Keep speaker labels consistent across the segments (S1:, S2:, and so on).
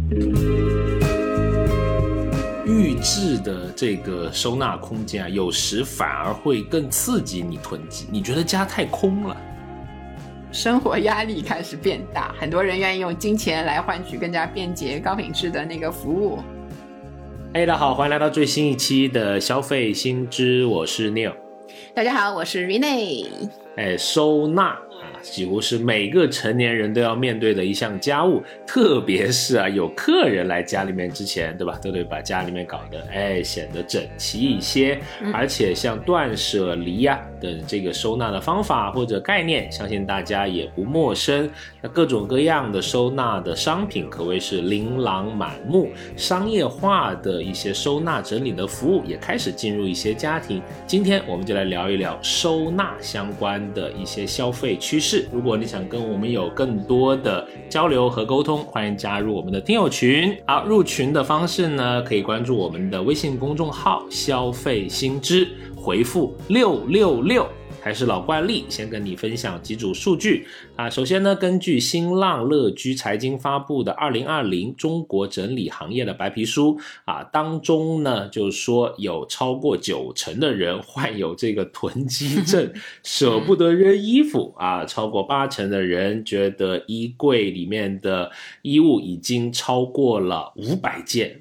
S1: 预制的这个收纳空间啊，有时反而会更刺激你囤积。你觉得家太空了？
S2: 生活压力开始变大，很多人愿意用金钱来换取更加便捷、高品质的那个服务。
S1: 大家好，欢迎来到最新一期的消费新知，我是 Neil。
S2: 大家好，我是 Renee。
S1: 收纳几乎是每个成年人都要面对的一项家务，特别是有客人来家里面之前，对吧，都得把家里面搞得显得整齐一些。而且像断舍离等这个收纳的方法或者概念，相信大家也不陌生。那各种各样的收纳的商品可谓是琳琅满目，商业化的一些收纳整理的服务也开始进入一些家庭。今天我们就来聊一聊收纳相关的一些消费趋势。如果你想跟我们有更多的交流和沟通，欢迎加入我们的听友群。好，入群的方式呢，可以关注我们的微信公众号消费新知，回复666。还是老惯例，先跟你分享几组数据首先呢，根据新浪乐居财经发布的2020中国整理行业的白皮书当中呢，就是说有超过90%的人患有这个囤积症，舍不得扔衣服超过80%的人觉得衣柜里面的衣物已经超过了500件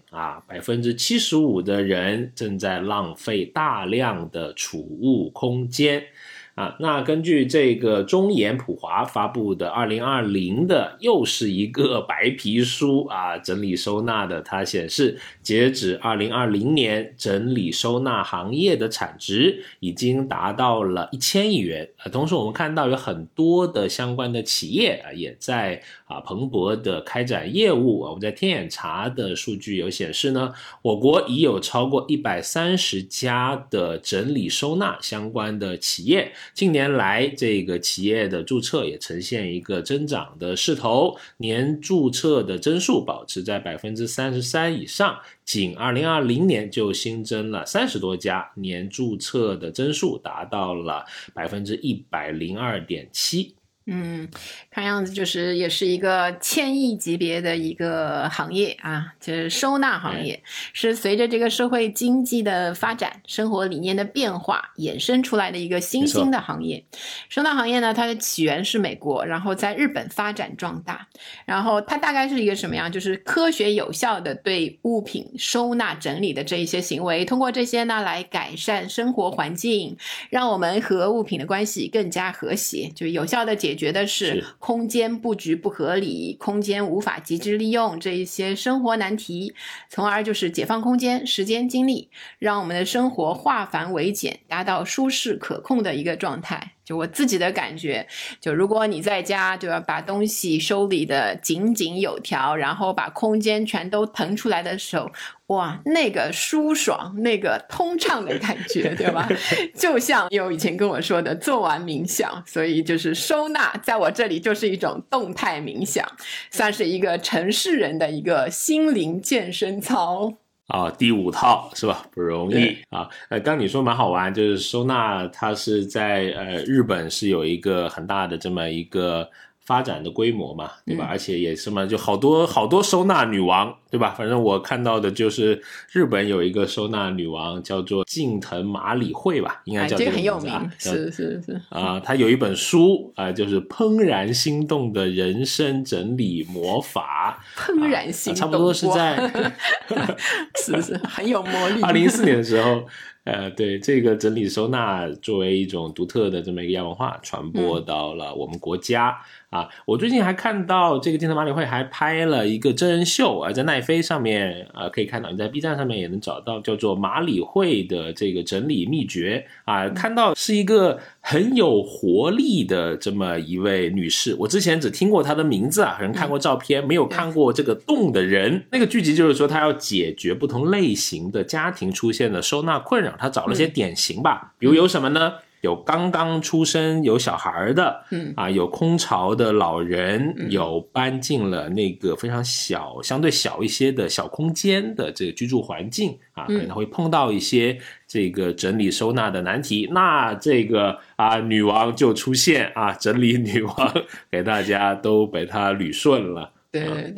S1: 75%的人正在浪费大量的储物空间那根据这个中研普华发布的2020的又是一个白皮书整理收纳的，它显示截止2020年整理收纳行业的产值已经达到了1000亿元同时我们看到有很多的相关的企业也在蓬勃的开展业务我们在天眼查的数据有显示呢，我国已有超过130家的整理收纳相关的企业，近年来这个企业的注册也呈现一个增长的势头，年注册的增速保持在 33% 以上，仅2020年就新增了30多家，年注册的增速达到了 102.7%。
S2: 看样子就是也是一个1000亿级别的一个行业就是收纳行业，是随着这个社会经济的发展，生活理念的变化衍生出来的一个新兴的行业。收纳行业呢，它的起源是美国，然后在日本发展壮大，然后它大概是一个什么样，就是科学有效的对物品收纳整理的这一些行为，通过这些呢来改善生活环境，让我们和物品的关系更加和谐，就有效的解决的是空间布局不合理，空间无法极致利用这一些生活难题，从而就是解放空间、时间、精力，让我们的生活化繁为简，达到舒适可控的一个状态。就我自己的感觉，就如果你在家就要把东西收理的井井有条，然后把空间全都腾出来的时候，哇，那个舒爽，那个通畅的感觉，对吧？就像有以前跟我说的，做完冥想，所以就是收纳在我这里就是一种动态冥想，算是一个城市人的一个心灵健身操。
S1: 第5套是吧？不容易刚你说蛮好玩，就是收纳它是在日本是有一个很大的这么一个发展的规模嘛，对吧？而且也是嘛，就好多收纳女王，对吧？反正我看到的就是日本有一个收纳女王叫做近藤麻里惠吧，应该叫这个名字
S2: 这个很有名，是
S1: 她有一本书就是怦然心动的人生整理魔法。
S2: 怦然心动，
S1: 差不多是在
S2: 是很有魔力。
S1: 2014年的时候对这个整理收纳作为一种独特的这么一个亚文化传播到了我们国家我最近还看到这个近藤麻里惠还拍了一个真人秀在奈飞上面可以看到，你在 B 站上面也能找到，叫做麻里惠的这个整理秘诀看到是一个很有活力的这么一位女士，我之前只听过她的名字可能看过照片，没有看过这个动的人。那个剧集就是说她要解决不同类型的家庭出现的收纳困扰，她找了些典型吧，比如有什么呢？有刚刚出生有小孩的有空巢的老人有搬进了那个非常小相对小一些的小空间的这个居住环境可能会碰到一些这个整理收纳的难题，那这个女王就出现整理女王给大家都被她捋顺了。
S2: 对对对，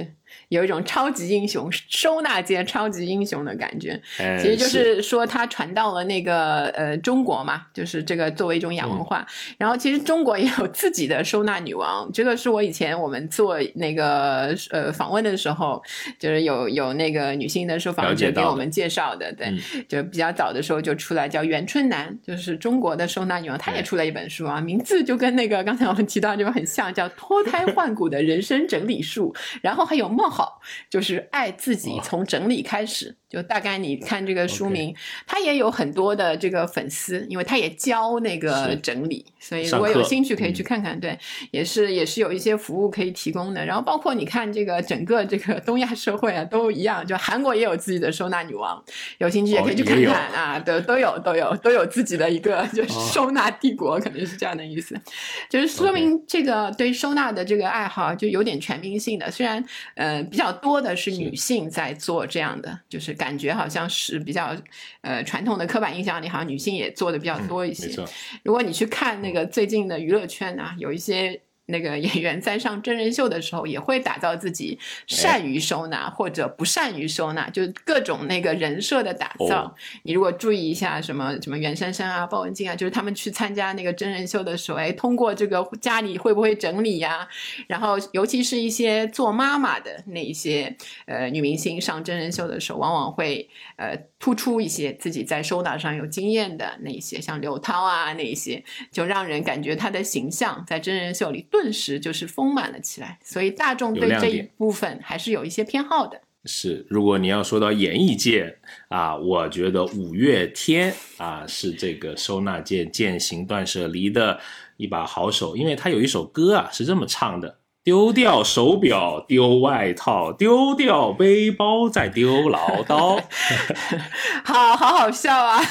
S2: 有一种超级英雄收纳界超级英雄的感觉。其实就是说他传到了那个中国嘛，就是这个作为一种亚文化。然后其实中国也有自己的收纳女王，这个是我以前我们做那个访问的时候，就是有那个女性的受访者给我们介绍的。对，就比较早的时候就出来叫袁春楠，就是中国的收纳女王，她也出了一本书啊，名字就跟那个刚才我们提到就很像，叫脱胎换骨的人生整理术。然后还有冒号，就是爱自己从整理开始。就大概你看这个书名，他也有很多的这个粉丝，因为他也教那个整理，所以如果有兴趣可以去看看。对，也是有一些服务可以提供的。然后包括你看这个整个这个东亚社会啊都一样，就韩国也有自己的收纳女王，有兴趣也可以去看看啊。对，都有自己的一个就是收纳帝国，可能是这样的意思。就是说明这个对收纳的这个爱好就有点全民性的，虽然比较多的是女性在做这样的，就是感觉好像是比较传统的刻板印象里好像女性也做的比较多一些。如果你去看那个最近的娱乐圈啊，有一些那个演员在上真人秀的时候也会打造自己善于收纳或者不善于收纳，就各种那个人设的打造。你如果注意一下什么袁姗姗啊、鲍文婧啊，就是他们去参加那个真人秀的时候，通过这个家里会不会整理啊，然后尤其是一些做妈妈的那一些女明星上真人秀的时候，往往会突出一些自己在收纳上有经验的那一些，像刘涛啊那一些，就让人感觉她的形象在真人秀里顿时就是丰满了起来，所以大众对这一部分还是有一些偏好的。
S1: 是，如果你要说到演艺界啊，我觉得五月天啊是这个收纳界渐行断舍离的一把好手，因为他有一首歌啊是这么唱的：丢掉手表，丢外套，丢掉背包，再丢唠叨。
S2: 好笑啊！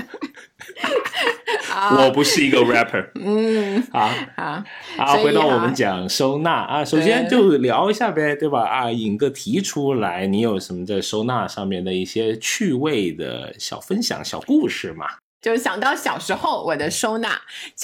S1: 我不是一个 rapper。回到我们讲收纳啊，首先就聊一下呗，对吧？啊，引个题出来，你有什么在收纳上面的一些趣味的小分享、小故事吗？
S2: 就是想到小时候我的收纳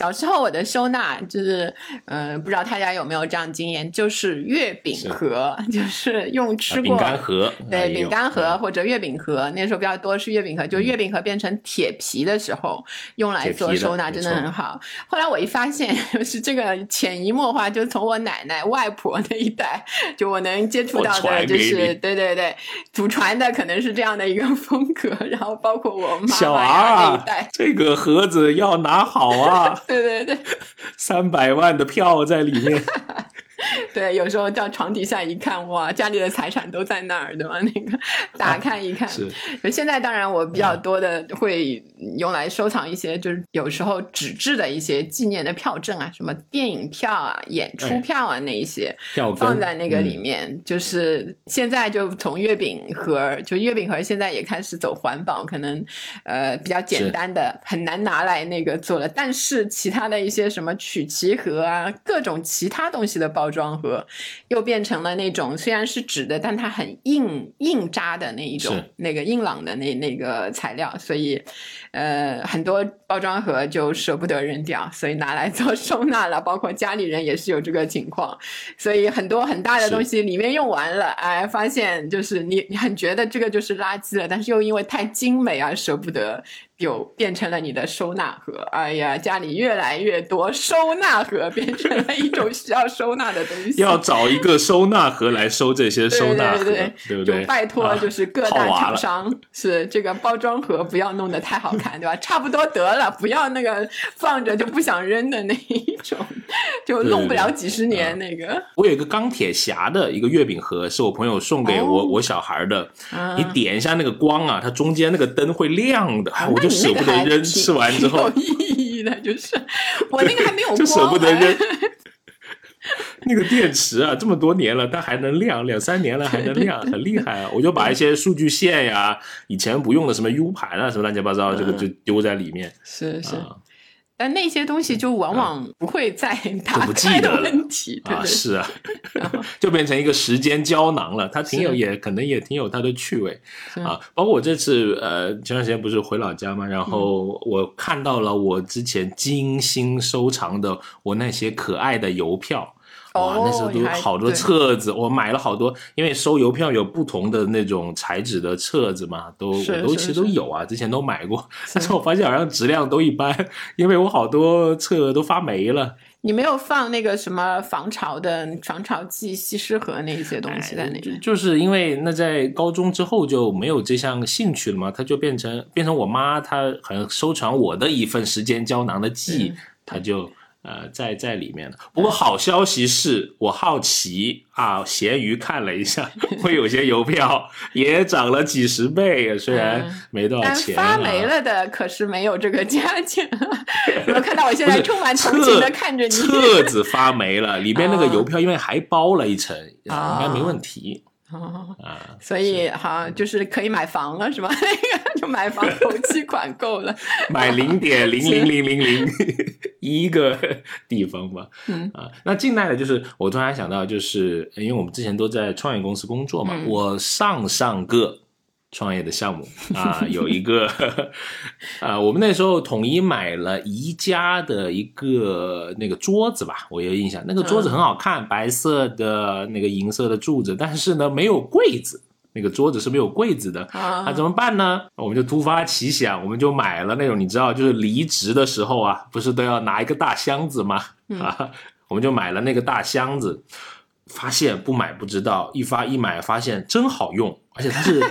S2: 就是不知道大家有没有这样经验，就是月饼盒，就是用吃过饼
S1: 干盒，
S2: 对，饼干盒或者月饼盒，那时候比较多是月饼盒，就月饼盒变成铁皮的时候用来做收纳真的很好。后来我一发现就是这个潜移默化，就从我奶奶外婆那一代，就我能接触到的就是对祖传的可能是这样的一个风格，然后包括我妈妈那一代，
S1: 这个盒子要拿好啊！
S2: 对
S1: ，300万的票在里面。
S2: 对，有时候到床底下一看，哇，家里的财产都在那儿，对吧？那个打开一看，
S1: 是。
S2: 现在当然我比较多的会用来收藏一些，就是有时候纸质的一些纪念的票证啊，什么电影票啊、演出票啊那一些，放在那个里面。就是现在就从月饼盒，就月饼盒现在也开始走环保，可能比较简单的，很难拿来那个做了。但是其他的一些什么曲奇盒啊，各种其他东西的包装盒又变成了那种虽然是纸的，但它很硬扎的那一种，那个硬朗的那个材料，所以很多包装盒就舍不得扔掉，所以拿来做收纳了。包括家里人也是有这个情况，所以很多很大的东西里面用完了，发现就是你很觉得这个就是垃圾了，但是又因为太精美而舍不得，就变成了你的收纳盒。哎呀，家里越来越多收纳盒变成了一种需要收纳的东西。
S1: 要找一个收纳盒来收这些收纳盒，对不对？
S2: 就拜托，就是各大厂商是这个包装盒不要弄得太好看，对吧？差不多得了，不要那个放着就不想扔的那一种，就弄不了几十年那个。
S1: 我有一个钢铁侠的一个月饼盒，是我朋友送给我小孩的。你点一下那个光啊，它中间那个灯会亮的，我就舍不得扔。吃完之后
S2: 有意义的，就是我那个还没有光，
S1: 就舍不得扔。那个电池啊，这么多年了，它还能亮，2-3年了还能亮，很厉害啊！我就把一些数据线呀、以前不用的什么 U 盘啊，什么乱七八糟，这个就丢在里面。
S2: 是。但那些东西就往往不会再打开的问题，对
S1: 是啊，就变成一个时间胶囊了。它可能也挺有它的趣味啊。包括我这次前段时间不是回老家嘛，然后我看到了我之前精心收藏的我那些可爱的邮票。 哇，那时候都有好多册子，我买了好多，因为收邮票有不同的那种材质的册子嘛，我都其实都有啊，之前都买过，但是我发现好像质量都一般，因为我好多册都发霉了。
S2: 你没有放那个什么防潮剂、西施盒那些东西在那里？
S1: 就是因为那在高中之后就没有这项兴趣了嘛，它就变成我妈，她好像收藏我的一份时间胶囊的记，她就在里面了。不过好消息是我好奇啊，闲鱼看了一下，会有些邮票也涨了几十倍，虽然没多少钱，
S2: 但发霉了的可是没有这个价钱。我看到我现在充满同情的看着你，
S1: 册子发霉了，里边那个邮票因为还包了一层，应该没问题。
S2: 所以好就是可以买房了是吧？那个就买房头期款够了，
S1: 买0.00000一个地方吧。那近代的就是我突然想到，就是因为我们之前都在创业公司工作嘛，我上个创业的项目有一个我们那时候统一买了宜家的一个那个桌子吧，我有印象，那个桌子很好看，白色的那个银色的柱子，但是呢没有柜子，那个桌子是没有柜子的，怎么办呢？我们就突发奇想，我们就买了那种你知道，就是离职的时候啊，不是都要拿一个大箱子吗？我们就买了那个大箱子，发现不买不知道，一买发现真好用，而且它是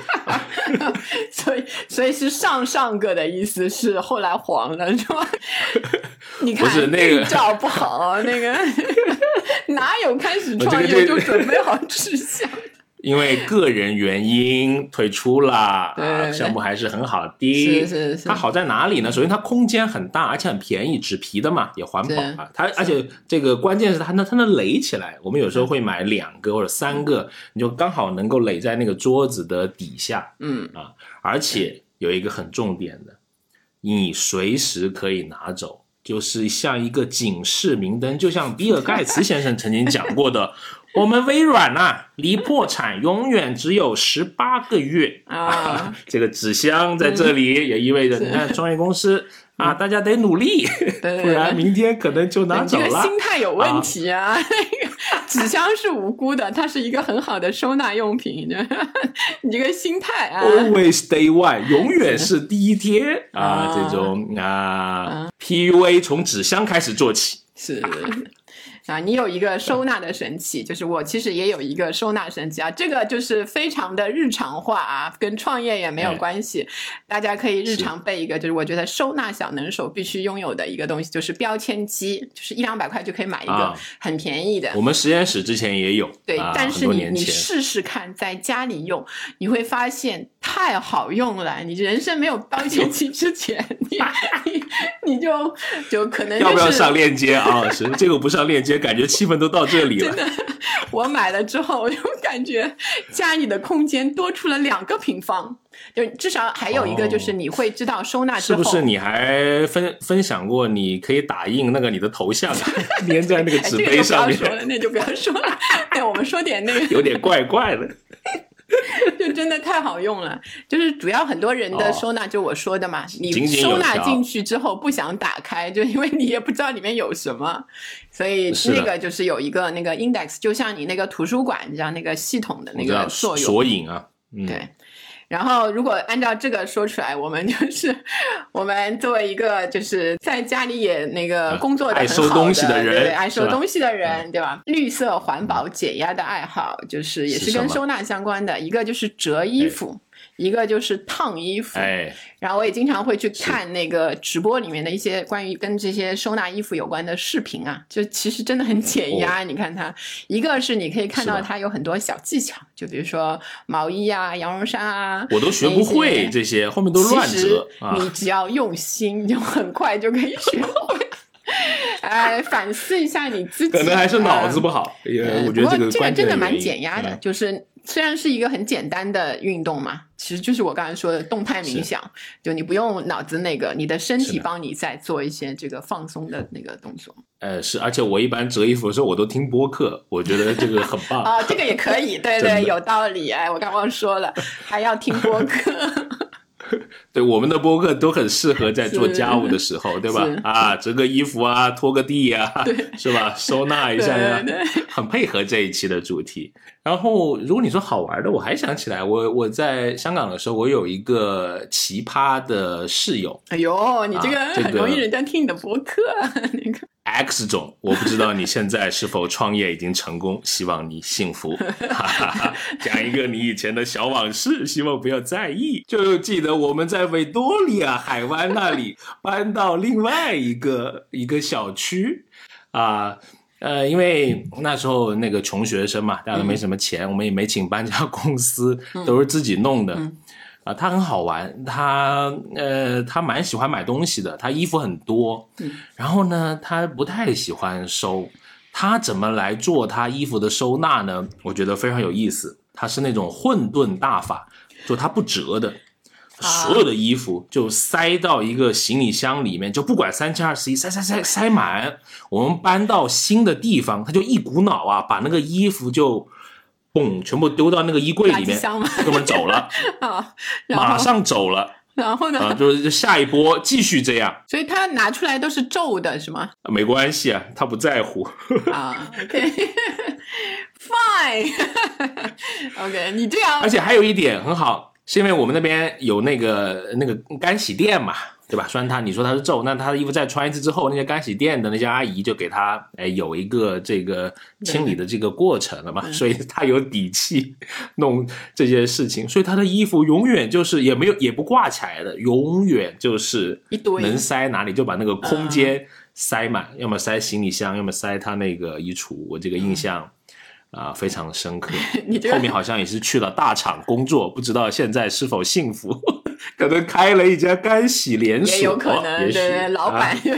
S2: 所以是上个的意思是后来黄了是吧？你看
S1: 不是那个
S2: 预兆不好，那个哪有开始创业就准备好吃香？
S1: 因为个人原因退出了，项目还是很好的。
S2: 是。
S1: 它好在哪里呢？首先它空间很大，而且很便宜，纸皮的嘛，也环保啊。而且这个关键是它能垒起来。我们有时候会买2个或者3个，你就刚好能够垒在那个桌子的底下。而且有一个很重点的，你随时可以拿走，就是像一个警示明灯，就像比尔盖茨先生曾经讲过的。我们微软离破产永远只有18个月这个纸箱在这里也意味着你看创业公司大家得努力，不然明天可能就拿走了。
S2: 这个心态有问题啊！那个纸箱是无辜的，它是一个很好的收纳用品。你这个心态
S1: always day one， 永远是第一天这种PUA 从纸箱开始做起。
S2: 是。你有一个收纳的神器，就是我其实也有一个收纳神器这个就是非常的日常化跟创业也没有关系，大家可以日常备一个，就是我觉得收纳小能手必须拥有的一个东西，就是标签机，就是100-200块就可以买一个很便宜的。
S1: 我们实验室之前也有，
S2: 对，但是你试试看在家里用，你会发现太好用了。你人生没有标签机之前，你就可能
S1: 要不要上链接是这个不上链接。感觉气氛都到这里了。
S2: 真的，我买了之后，我就感觉家里的空间多出了2个平方，就至少还有一个就是你会知道收纳之后，
S1: 是不是你还分享过你可以打印那个你的头像粘在那个纸杯上面？
S2: 那就不要说了，对，我们说点那个
S1: 有点怪怪的。
S2: 就真的太好用了，就是主要很多人的收纳就我说的嘛，你收纳进去之后不想打开，就因为你也不知道里面有什么，所以那个就是有一个那个 index， 就像你那个图书馆你知道那个系统的那个作用，
S1: 索引
S2: 对。然后如果按照这个说出来，我们作为一个就是在家里也那个工作的很好的
S1: 爱收东西的人，
S2: 对，爱收东西的人，对吧？绿色环保解压的爱好，就是也是跟收纳相关的，一个就是折衣服，一个就是烫衣服。然后我也经常会去看那个直播里面的一些关于跟这些收纳衣服有关的视频就其实真的很解压。你看它，一个是你可以看到它有很多小技巧，就比如说毛衣羊绒衫
S1: 我都学不会这些，后面都乱折。
S2: 你只要用心，就很快就可以学会。反思一下你自己，
S1: 可能还是脑子不好。我觉得这个
S2: 真的蛮减压的，就是虽然是一个很简单的运动嘛，其实就是我刚才说的动态冥想，就你不用脑子你的身体帮你在做一些这个放松的那个动作。
S1: 是，而且我一般折衣服的时候我都听播客，我觉得这个很棒。
S2: 这个也可以，对对，有道理。我刚刚说了，还要听播客。
S1: 对，我们的播客都很适合在做家务的时候，对吧？啊，折个衣服啊，拖个地啊，是吧？收纳一下呀，很配合这一期的主题。然后，如果你说好玩的，我还想起来，我在香港的时候，我有一个奇葩的室友。
S2: 哎呦，你这个很容易人家听你的播客，那个。
S1: X 总，我不知道你现在是否创业已经成功，希望你幸福。讲一个你以前的小往事，希望不要在意。就记得我们在维多利亚海湾那里搬到另外一个小区啊。因为那时候那个穷学生嘛，大家都没什么钱，我们也没请搬家公司，都是自己弄的。他很好玩，他蛮喜欢买东西的，他衣服很多，然后呢，他不太喜欢收。他怎么来做他衣服的收纳呢？我觉得非常有意思。他是那种混沌大法，就他不折的，所有的衣服就塞到一个行李箱里面，就不管3七21，塞满。我们搬到新的地方，他就一股脑啊，把那个衣服就嘣，全部丢到那个衣柜里面，哥们走了马上走了。
S2: 然后呢？
S1: 就是下一波继续这样。
S2: 所以他拿出来都是皱的，是吗？
S1: 没关系啊，他不在乎。
S2: OK Fine OK 你这样。
S1: 而且还有一点很好，是因为我们那边有那个干洗店嘛，对吧？虽然你说他是皱，那他的衣服再穿一次之后，那些干洗店的那些阿姨就给他有一个这个清理的这个过程了嘛，所以他有底气弄这些事情，所以他的衣服永远就是也不挂起来的，永远就是
S2: 一堆，
S1: 能塞哪里就把那个空间塞满，要么塞行李箱，要么塞他那个衣橱。我这个印象非常深刻。后面好像也是去了大厂工作，不知道现在是否幸福。可能开了一家干洗连锁，
S2: 也有可能，对，老板就是。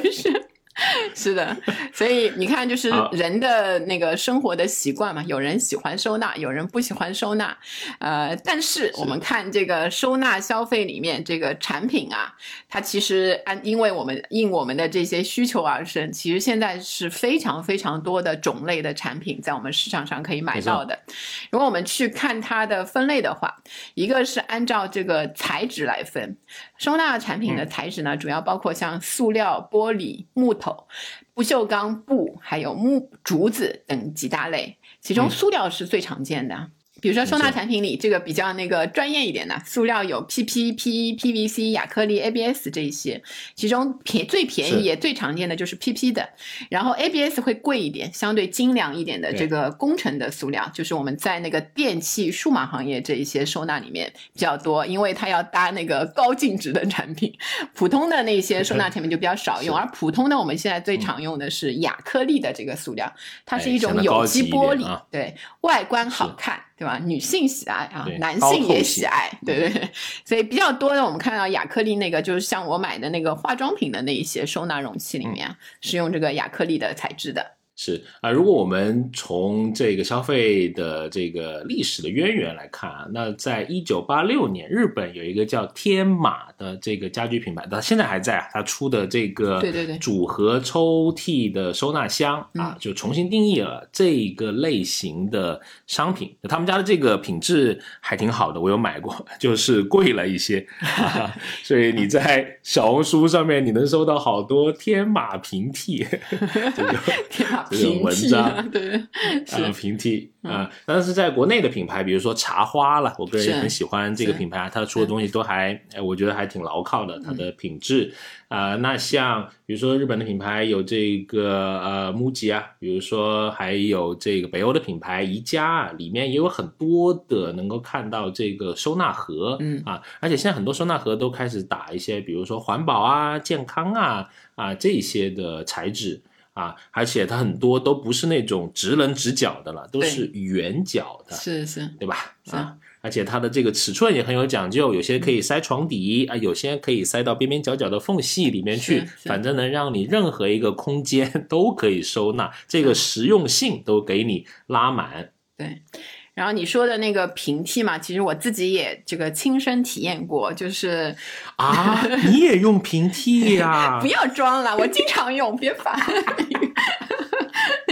S2: 是的，所以你看，就是人的那个生活的习惯嘛，有人喜欢收纳，有人不喜欢收纳。但是我们看这个收纳消费里面这个产品啊，它其实因为应我们的这些需求而生，其实现在是非常非常多的种类的产品在我们市场上可以买到的。如果我们去看它的分类的话，一个是按照这个材质来分，收纳产品的材质呢，主要包括像塑料、玻璃、木头、不锈钢、布，还有竹子等几大类，其中塑料是最常见的。比如说收纳产品里这个比较那个专业一点的塑料有 PP、PE、PVC、亚克力、ABS 这一些，其中最便宜也最常见的就是 PP 的，然后 ABS 会贵一点，相对精良一点的这个工程的塑料，就是我们在那个电气数码行业这一些收纳里面比较多，因为它要搭那个高净值的产品，普通的那些收纳产品就比较少用，而普通的我们现在最常用的是亚克力的这个塑料，它是一种有机玻璃，对，外观好看，对吧？女性喜爱啊，男性也喜爱，对对对，所以比较多的我们看到亚克力那个，就是像我买的那个化妆品的那一些收纳容器里面，是用这个亚克力的材质的。
S1: 是如果我们从这个消费的这个历史的渊源来看那在1986年日本有一个叫天马的这个家居品牌，它现在还在它出的这个组合抽屉的收纳箱就重新定义了这个类型的商品。他们家的这个品质还挺好的，我有买过，就是贵了一些所以你在小红书上面你能收到好多天马平替
S2: 天马
S1: 这种文章，
S2: 对，
S1: 平替但是在国内的品牌，比如说茶花了，我个人也很喜欢这个品牌，它出的东西都还我觉得还挺牢靠的，它的品质那像比如说日本的品牌有这个MUJI比如说还有这个北欧的品牌宜家里面也有很多的能够看到这个收纳盒而且现在很多收纳盒都开始打一些比如说环保健康这些的材质而且它很多都不是那种直棱直角的了，都是圆角的，
S2: 是
S1: 对吧？而且它的这个尺寸也很有讲究，有些可以塞床底有些可以塞到边边角角的缝隙里面去，反正能让你任何一个空间都可以收纳，这个实用性都给你拉满。
S2: 对。然后你说的那个平替嘛，其实我自己也这个亲身体验过，就是
S1: 你也用平替呀？
S2: 不要装了，我经常用，别烦。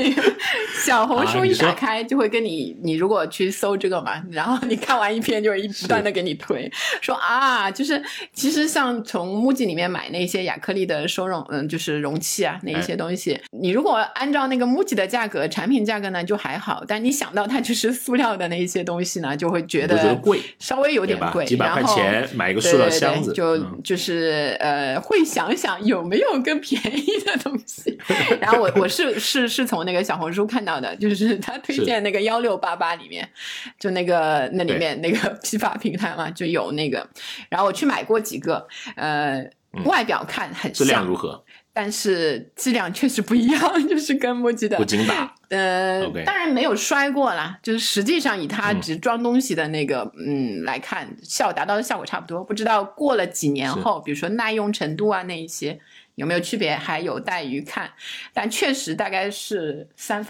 S2: 那个小红书一打
S1: 啊
S2: 开就会跟你如果去搜这个嘛，然后你看完一篇就会不断的给你推，说啊，就是其实像从MUJI里面买那些亚克力的收容就是容器啊那一些东西，你如果按照那个MUJI的价格，产品价格呢就还好，但你想到它就是塑料的那一些东西呢，就会觉得
S1: 贵，
S2: 稍微有点贵，
S1: 几百块钱买一个塑料箱子，
S2: 就是会想想有没有更便宜的东西。然后我是从那个小红书看到的，就是他推荐那个1688里面，就那里面那个批发平台嘛，就有那个，然后我去买过几个，外表看很像，
S1: 质量如何？
S2: 但是质量确实不一样，就是跟MUJI的
S1: 不经打。
S2: 当然没有摔过啦，就是实际上以它只装东西的那个来看，达到的效果差不多。不知道过了几年后，比如说耐用程度啊那一些有没有区别，还有待于看。但确实大概是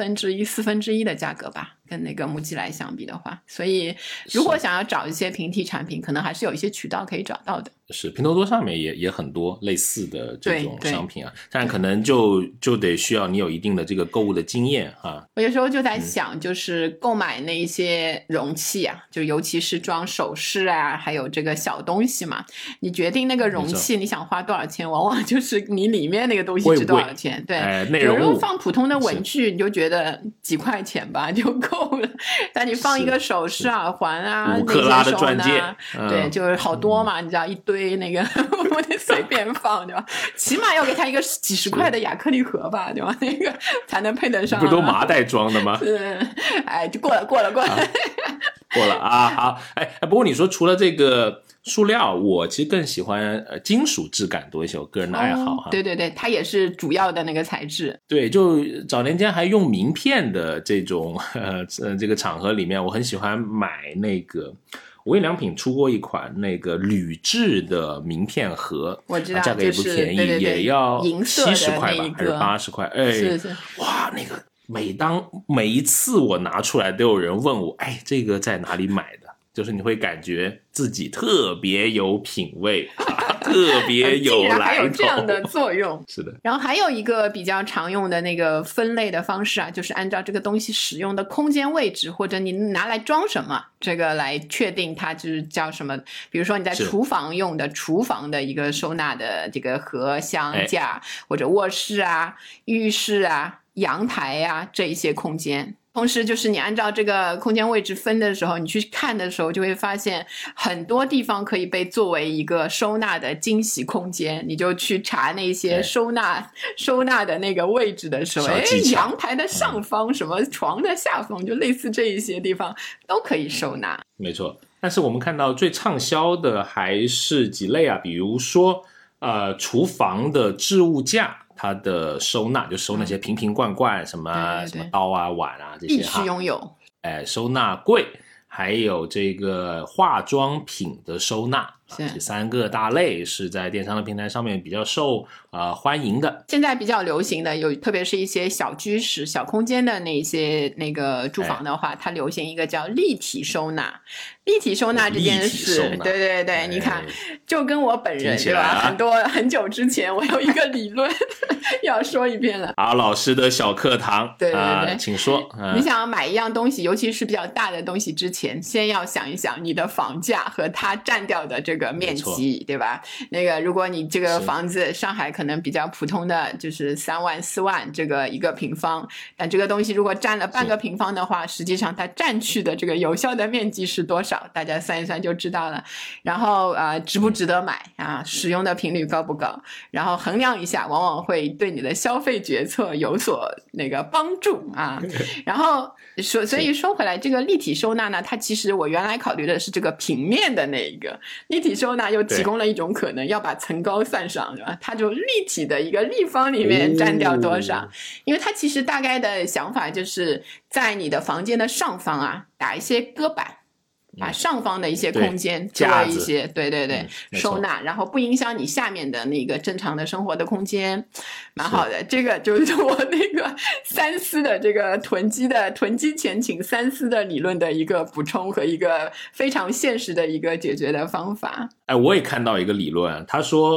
S2: 1/3、1/4的价格吧，跟那个MUJI来相比的话。所以如果想要找一些平替产品，可能还是有一些渠道可以找到的。
S1: 是拼多多上面也很多类似的这种商品啊，但可能就得需要你有一定的这个购物的经验啊。
S2: 我有时候就在想，就是购买那一些容器啊，就尤其是装首饰啊，还有这个小东西嘛，你决定那个容器你想花多少钱，往往就是你里面那个东西值多少钱。对，
S1: 内容物
S2: 如果放普通的文具，你就觉得几块钱吧就够了，但你放一个首饰耳环啊
S1: ，5克拉的钻戒，
S2: 对，就是好多嘛，你知道一堆那个我得随便放，对吧？起码要给他一个几十块的亚克力盒吧，对吧？那个才能配得上。
S1: 不都麻袋装的吗？
S2: 哎，就过了。过
S1: 了啊！好，不过你说除了这个塑料，我其实更喜欢金属质感多一些，我个人的爱好哈。
S2: 对，它也是主要的那个材质。
S1: 对，就早年间还用名片的这种这个场合里面，我很喜欢买那个。无印良品出过一款那个铝制的名片盒，
S2: 我知道，
S1: 价格也不便宜，
S2: 对
S1: 也要70块吧，还是80块？
S2: 是
S1: 哇，那个每一次我拿出来，都有人问我，这个在哪里买的？就是你会感觉自己特别有品味，特别有来头，竟然
S2: 还有这样的作用。
S1: 是的。
S2: 然后还有一个比较常用的那个分类的方式啊，就是按照这个东西使用的空间位置，或者你拿来装什么，这个来确定它就是叫什么。比如说你在厨房用的厨房的一个收纳的这个盒箱架，或者卧室啊、浴室啊、阳台啊这一些空间。同时就是你按照这个空间位置分的时候，你去看的时候就会发现很多地方可以被作为一个收纳的惊喜空间，你就去查那些收纳的那个位置的时候，阳台的上方，什么床的下方，就类似这一些地方都可以收纳。
S1: 没错，但是我们看到最畅销的还是几类啊，比如说厨房的置物架，它的收纳就收那些瓶瓶罐罐，什么刀啊碗啊这些
S2: 必须拥有。
S1: 收纳柜，还有这个化妆品的收纳，这3个大类是在电商的平台上面比较受欢迎的。
S2: 现在比较流行的有，特别是一些小居室、小空间的那些那个住房的话，它流行一个叫立体收纳。立体收纳这件事，对，你看，就跟我本人对吧？很久之前，我有一个理论要说一遍了。
S1: 阿老师的小课堂，
S2: 对，
S1: 请说。
S2: 你想要买一样东西，尤其是比较大的东西之前，先要想一想你的房价和它占掉的这个面积，对吧？那个，如果你这个房子上海可能比较普通的就是3万4万这个一个平方，但这个东西如果占了半个平方的话，实际上它占去的这个有效的面积是多少？大家算一算就知道了。然后值不值得买啊？使用的频率高不高？然后衡量一下，往往会对你的消费决策有所那个帮助啊。然后所以说回来，这个立体收纳呢，它其实我原来考虑的是这个平面的那一个，立体收纳又提供了一种可能，要把层高算上，对吧？它就立体的一个立方里面占掉多少？因为它其实大概的想法就是在你的房间的上方啊，打一些搁板。把上方的一些空间作为一些对收纳，然后不影响你下面的那个正常的生活的空间，蛮好的。这个就是我那个三思的这个囤积前请三思的理论的一个补充和一个非常现实的一个解决的方法。
S1: 我也看到一个理论，他说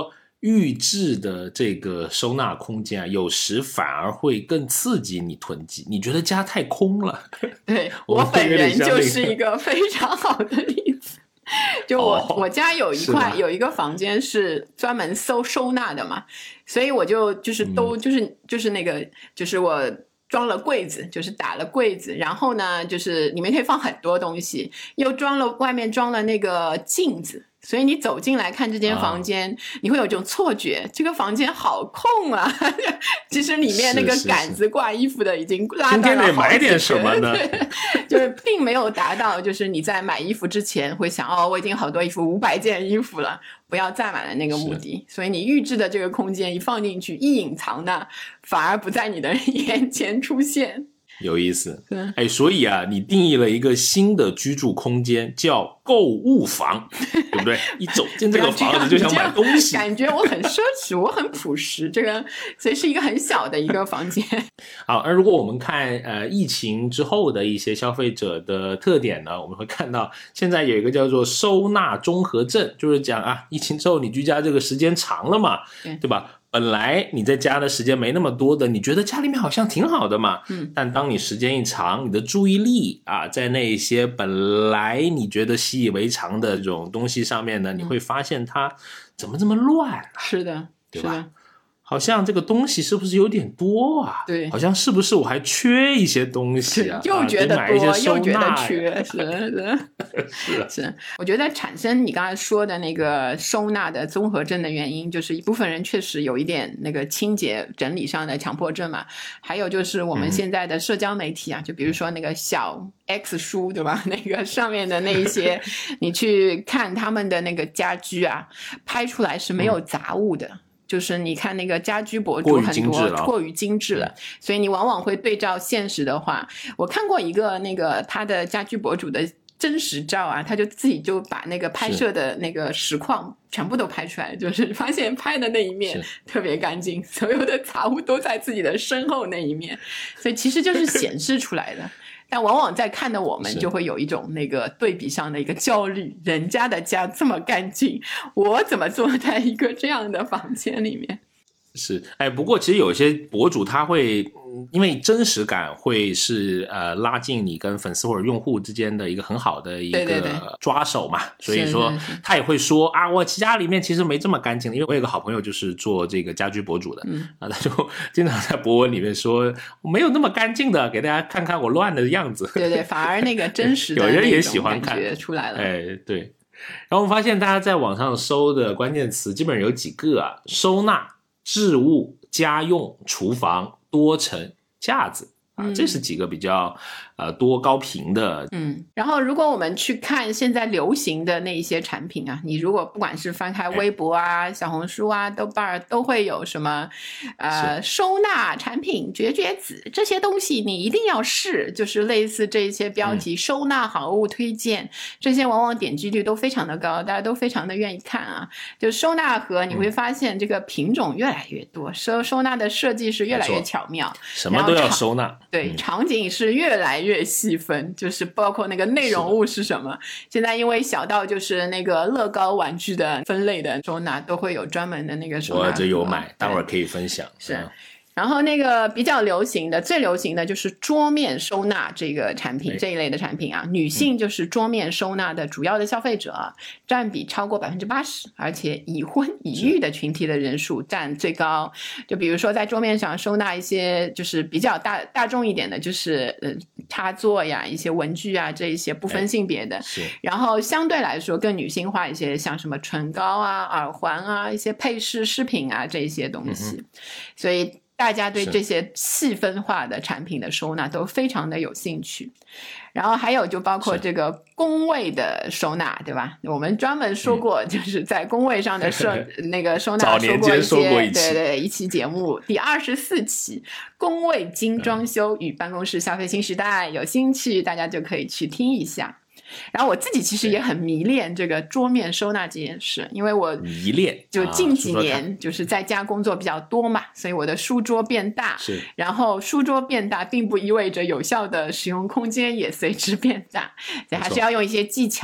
S1: 预制的这个收纳空间啊，有时反而会更刺激你囤积。你觉得家太空了？
S2: 对，我本人就是一个非常好的例子。就我家有一个房间是专门收纳的嘛，所以我就是那个就是我装了柜子，就是打了柜子，然后呢就是里面可以放很多东西，又外面装了那个镜子，所以你走进来看这间房间，你会有这种错觉，这个房间好空啊。其实里面那个杆子挂衣服的已经拉到了好几个，
S1: 今天得买点什么呢？
S2: 就是并没有达到就是你在买衣服之前会想我已经好多衣服500件衣服了，不要占满了那个目的。所以你预制的这个空间一放进去一隐藏呢，反而不在你的眼前出现。
S1: 有意思。所以啊，你定义了一个新的居住空间叫购物房，对不对？一走进这个房子就想买东西，
S2: 感觉我很奢侈，我很朴实，这个所以是一个很小的一个房间。
S1: 好，而如果我们看疫情之后的一些消费者的特点呢，我们会看到现在有一个叫做收纳综合症，就是讲啊，疫情之后你居家这个时间长了嘛，对吧？本来你在家的时间没那么多的，你觉得家里面好像挺好的嘛，但当你时间一长，你的注意力啊，在那一些本来你觉得习以为常的这种东西上面呢，你会发现它怎么这么乱啊？
S2: 是的，
S1: 对吧？好像这个东西是不是有点多啊？
S2: 对，
S1: 好像是不是我还缺一些东西啊？
S2: 又觉得多，又觉得缺，是。我觉得产生你刚才说的那个收纳的综合症的原因，就是一部分人确实有一点那个清洁整理上的强迫症嘛，还有就是我们现在的社交媒体啊，就比如说那个小 X 书，对吧？那个上面的那一些，你去看他们的那个家居啊，拍出来是没有杂物的。就是你看那个家居博主很多过于精致了，所以你往往会对照现实的话，我看过一个那个他的家居博主的真实照啊，他就自己就把那个拍摄的那个实况全部都拍出来，就是发现拍的那一面特别干净，所有的杂物都在自己的身后那一面，所以其实就是显示出来的。但往往在看的我们就会有一种那个对比上的一个焦虑，人家的家这么干净，我怎么坐在一个这样的房间里面？
S1: 是，不过其实有些博主他会因为真实感会是拉近你跟粉丝或者用户之间的一个很好的一个抓手嘛，所以说他也会说啊，我家里面其实没这么干净的，因为我有个好朋友就是做这个家居博主的，他就经常在博文里面说没有那么干净的，给大家看看我乱的样子。
S2: 对，反而那个真实的
S1: 有人也喜欢看
S2: 出来了。
S1: 对。然后我们发现大家在网上搜的关键词基本上有几个啊，收纳、置物、家用、厨房、多层、架子啊，这是几个比较多高频的。
S2: 然后如果我们去看现在流行的那一些产品啊，你如果不管是翻开微博啊、小红书啊、豆瓣都会有什么收纳产品绝子这些东西你一定要试，就是类似这些标题，收纳好物推荐，这些往往点击率都非常的高，大家都非常的愿意看啊。就收纳盒你会发现这个品种越来越多，收纳的设计是越来越巧妙，
S1: 什么都要收纳。
S2: 对，场景是越来越细分，就是包括那个内容物是什么。现在因为小到就是那个乐高玩具的分类的收纳都会有专门的那个收纳盒，
S1: 我这有买，待会儿可以分享。
S2: 是。然后那个比较流行的最流行的就是桌面收纳这个产品，这一类的产品啊，女性就是桌面收纳的主要的消费者，占比超过 80%， 而且已婚已育的群体的人数占最高。就比如说在桌面上收纳一些就是比较大众一点的，就是插座呀、一些文具啊，这一些不分性别的。然后相对来说更女性化一些，像什么唇膏啊、耳环啊、一些配饰饰品啊这些东西。所以大家对这些细分化的产品的收纳都非常的有兴趣。然后还有就包括这个工位的收纳，对吧？我们专门说过，就是在工位上的那个收纳说过一期节目，第24期工位精装修与办公室消费新时代，有兴趣大家就可以去听一下。然后我自己其实也很迷恋这个桌面收纳这件事，因为我
S1: 迷恋
S2: 就近几年就是在家工作比较多嘛，所以我的书桌变大，然后书桌变大并不意味着有效的使用空间也随之变大，所以还是要用一些技巧。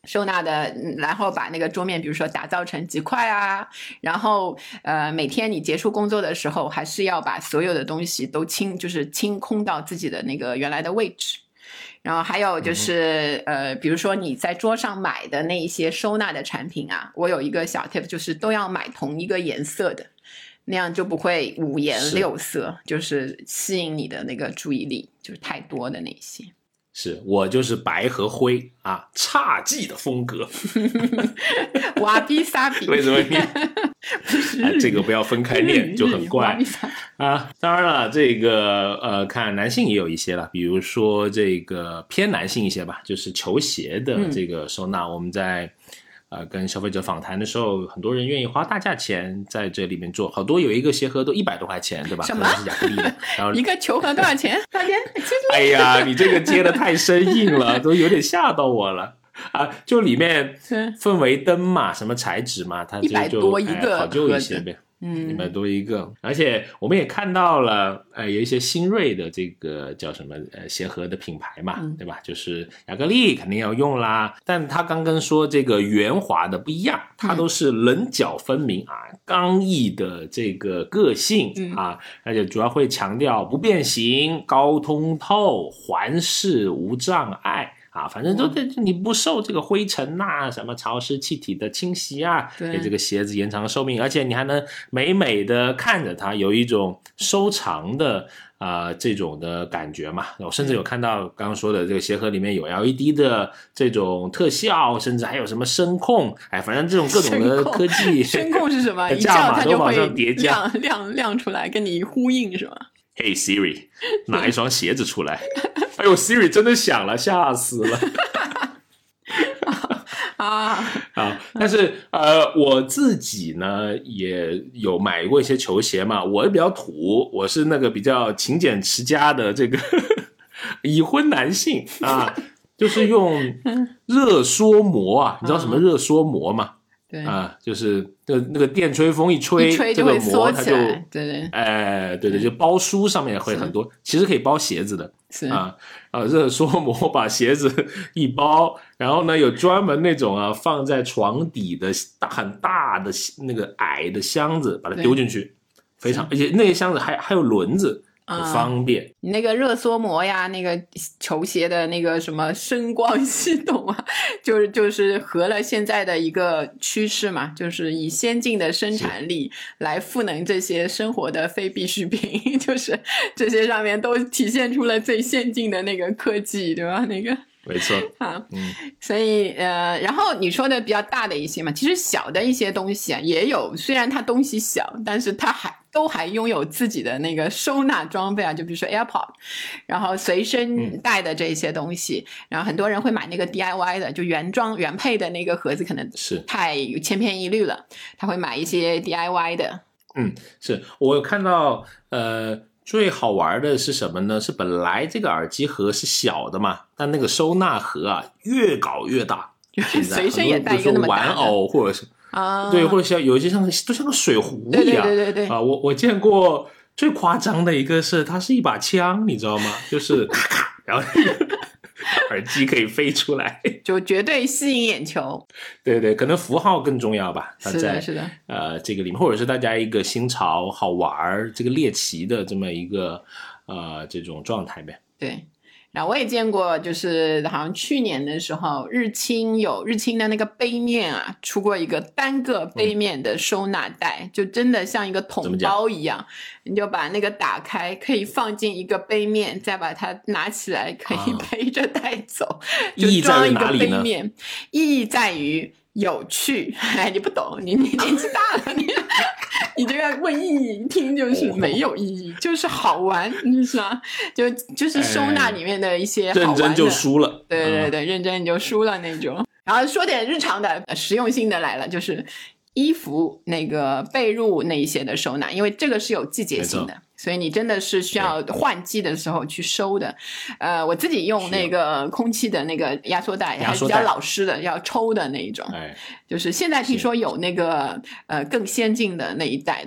S2: 收纳的，然后把那个桌面比如说打造成几块啊，然后每天你结束工作的时候还是要把所有的东西都就是清空到自己的那个原来的位置。然后还有就是比如说你在桌上买的那一些收纳的产品啊，我有一个小 tip 就是都要买同一个颜色的，那样就不会五颜六色，就是吸引你的那个注意力，就是太多的那些。
S1: 是我就是白和灰啊，侘寂的风格。
S2: 瓦比萨比，
S1: 为什么你这个不要分开念就很怪啊？当然了，这个看男性也有一些了，比如说这个偏男性一些吧，就是球鞋的这个收纳，我们在跟消费者访谈的时候，很多人愿意花大价钱在这里面做，好多有一个鞋盒都100多块钱，对吧？
S2: 什么？
S1: 是亚克力的，然后
S2: 一个球盒多少钱？多少钱？
S1: 哎呀，你这个接的太生硬了，都有点吓到我了啊！就里面氛围灯嘛，什么材质嘛，它就
S2: 100多一个
S1: 考究一些呗。100多一个，而且我们也看到了，有一些新锐的这个叫什么鞋盒的品牌嘛，对吧？就是亚克力肯定要用啦，但他刚刚说这个圆滑的不一样，它都是棱角分明啊，刚毅的这个个性啊，而且主要会强调不变形、高通透、环视无障碍。啊，反正都你不受这个灰尘啊、什么潮湿气体的侵袭啊，给这个鞋子延长寿命，而且你还能美美的看着它，有一种收藏的这种的感觉嘛。我甚至有看到刚刚说的这个鞋盒里面有 LED 的这种特效，甚至还有什么声控，哎，反正这种各种的科技。
S2: 声控是什么？一叫它就会亮出来，跟你呼应是吗
S1: ？Hey Siri， 拿一双鞋子出来。哎呦 ，Siri 真的响了，吓死了！但是我自己呢也有买过一些球鞋嘛，我也比较土，我是那个比较勤俭持家的这个已婚男性啊，就是用热缩膜啊，你知道什么热缩膜吗？
S2: 对
S1: 就是那个电吹风一吹
S2: 就会缩起来，
S1: 对，就包书上面会很多，其实可以包鞋子的，
S2: 是
S1: 热缩膜把鞋子一包，然后呢有专门那种放在床底的很大的那个矮的箱子，把它丢进去，非常，而且那个箱子还有轮子。很方便，
S2: 你那个热缩膜呀，那个球鞋的那个什么声光系统啊，就是合了现在的一个趋势嘛，就是以先进的生产力来赋能这些生活的非必需品，就是这些上面都体现出了最先进的那个科技，对吧？那个
S1: 没错
S2: 所以然后你说的比较大的一些嘛，其实小的一些东西啊也有，虽然它东西小，但是它都还拥有自己的那个收纳装备啊，就比如说 AirPod， 然后随身带的这些东西，然后很多人会买那个 DIY 的，就原配的那个盒子可能是太千篇一律了，他会买一些 DIY 的。
S1: 是我有看到最好玩的是什么呢？是本来这个耳机盒是小的嘛，但那个收纳盒越搞越大，
S2: 随身也带一个那么大的
S1: 玩偶或者是对，或者像有一些都像个水壶一样，
S2: 对
S1: 我见过最夸张的一个是它是一把枪，你知道吗？就是咔咔，然后耳机可以飞出来，
S2: 就绝对吸引眼球。
S1: 对，可能符号更重要吧。
S2: 是的，
S1: 这个里面，或者是大家一个新潮、好玩、这个猎奇的这么一个这种状态呗。
S2: 对。然后我也见过，就是好像去年的时候，日清的那个杯面啊，出过一个单个杯面的收纳袋，就真的像一个桶包一样，你就把那个打开，可以放进一个杯面，再把它拿起来，可以背着带走，就装一个杯面。意义在于有趣，哎，你不懂，你年纪大了，你这个问意义一听就是没有意义，就是好玩，你知道吗？就是收纳里面的一些好玩的，
S1: 认真就输了。
S2: 对，认真你就输了那种。然后说点日常的实用性的来了，就是衣服那个被褥那一些的收纳，因为这个是有季节性的，所以你真的是需要换季的时候去收的。我自己用那个空气的那个压缩袋，还是比较老式的，要抽的那一种。就是现在听说有那个更先进的那一代的。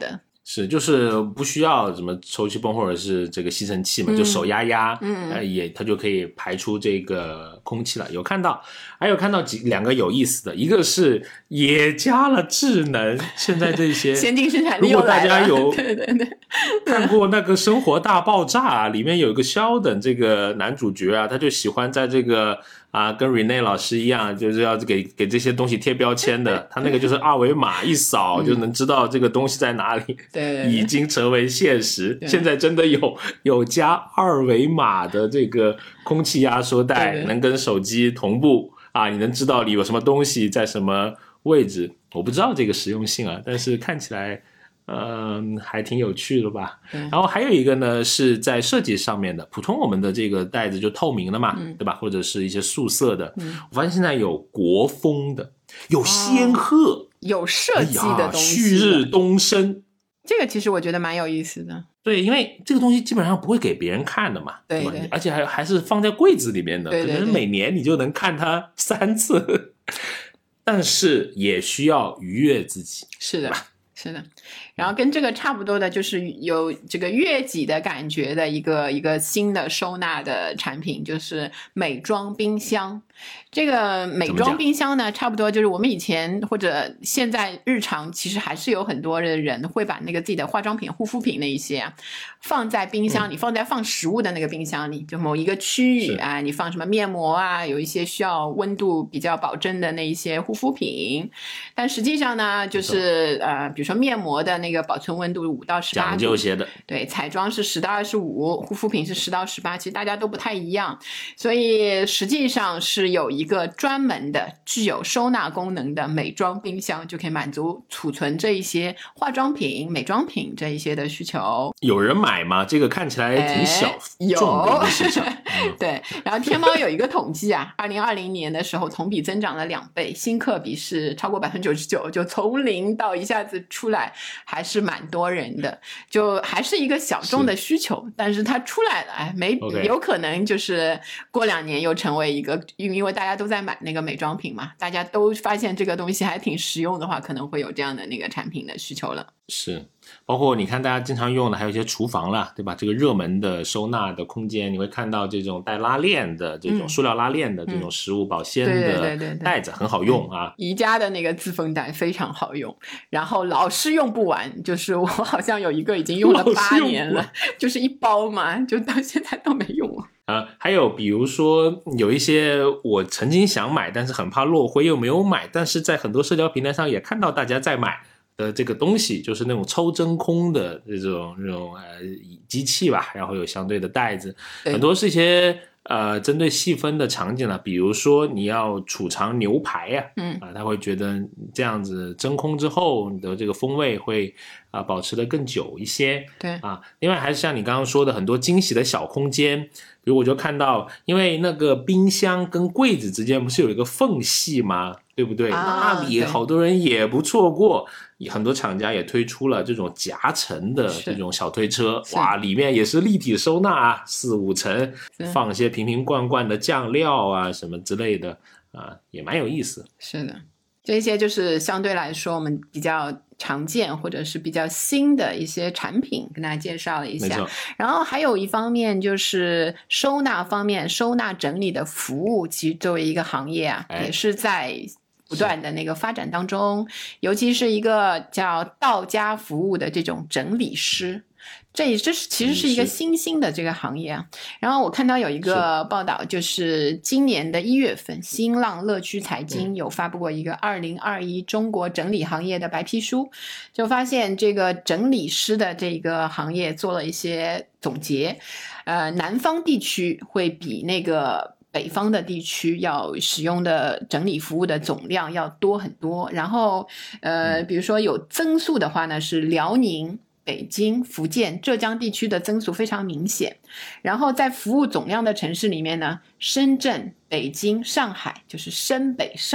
S1: 是，就是不需要什么抽气泵或者是这个吸尘器嘛，就手压压，它就可以排出这个空气了。有看到，还有看到两个有意思的，一个是也加了智能，现在这些
S2: 先进生产力
S1: 如果大家有
S2: 对
S1: 看过那个《生活大爆炸》啊，里面有一个肖等这个男主角啊，他就喜欢在这个跟 Rene 老师一样，就是要给这些东西贴标签的。他那个就是二维码一扫就能知道这个东西在哪里，
S2: 对，
S1: 已经成为现实。现在真的有加二维码的这个空气压缩袋，能跟手机同步你能知道里有什么东西在什么位置。我不知道这个实用性但是看起来还挺有趣的吧。然后还有一个呢是在设计上面的，普通我们的这个袋子就透明的嘛，对吧？或者是一些素色的，我发现现在有国风的，有仙鹤，
S2: 有设计的东西，
S1: 旭日东升，
S2: 这个其实我觉得蛮有意思的。
S1: 对，因为这个东西基本上不会给别人看的嘛，
S2: 对，
S1: 而且还是放在柜子里面的，
S2: 对，
S1: 可能每年你就能看它3次，但是也需要愉悦自己。
S2: 是的，是的。然后跟这个差不多的就是有这个悦己的感觉的一个新的收纳的产品，就是美妆冰箱。这个美妆冰箱呢，差不多就是我们以前或者现在日常其实还是有很多的人会把那个自己的化妆品、护肤品那一些放在冰箱里，放食物的那个冰箱里，就某一个区域你放什么面膜有一些需要温度比较保证的那一些护肤品。但实际上呢，就是比如说面膜的那个保存温度5到18度，
S1: 讲究些的。
S2: 对，彩妆是10到25，护肤品是10到18，其实大家都不太一样，所以实际上是有一个专门的具有收纳功能的美妆冰箱，就可以满足储存这一些化妆品、美妆品这一些的需求。
S1: 有人买吗？这个看起来挺小众的一个市场。
S2: 对，然后天猫有一个统计2020年的时候同比增长了2倍，新客比是超过 99%， 就从0到一下子出来还是蛮多人的，就还是一个小众的需求，但是它出来了有可能就是过2年又成为一个，因为大家都在买那个美妆品嘛，大家都发现这个东西还挺实用的话，可能会有这样的那个产品的需求了。
S1: 是，包括你看大家经常用的还有一些厨房啦，对吧？这个热门的收纳的空间，你会看到这种带拉链的这种塑料拉链的这种食物保鲜的袋子，很好用
S2: 宜家的那个自封袋非常好用，然后老是用不完，就是我好像有一个已经用了8年了，就是一包嘛，就到现在都没用了。
S1: 还有比如说有一些我曾经想买但是很怕落灰又没有买，但是在很多社交平台上也看到大家在买的这个东西，就是那种抽真空的这种机器吧，然后有相对的袋子，很多是一些针对细分的场景比如说你要储藏牛排他会觉得这样子真空之后你的这个风味会保持得更久一些。
S2: 对
S1: 另外还是像你刚刚说的很多惊喜的小空间，比如我就看到因为那个冰箱跟柜子之间不是有一个缝隙吗，对不对？那里好多人也不错过，很多厂家也推出了这种夹层的这种小推车，哇，里面也是立体收纳4-5层，放一些瓶瓶罐罐的酱料什么之类的也蛮有意思。
S2: 是的，这些就是相对来说我们比较常见或者是比较新的一些产品跟大家介绍了一下。然后还有一方面就是收纳方面，收纳整理的服务其实作为一个行业也是在不断的那个发展当中，尤其是一个叫到家服务的这种整理师，这其实是一个新兴的这个行业然后我看到有一个报道，就是今年的1月份新浪乐趣财经有发布过一个2021中国整理行业的白皮书，就发现这个整理师的这个行业做了一些总结，南方地区会比那个北方的地区要使用的整理服务的总量要多很多，然后比如说有增速的话呢，是辽宁、北京、福建、浙江地区的增速非常明显。然后在服务总量的城市里面呢，深圳、北京、上海就是深北上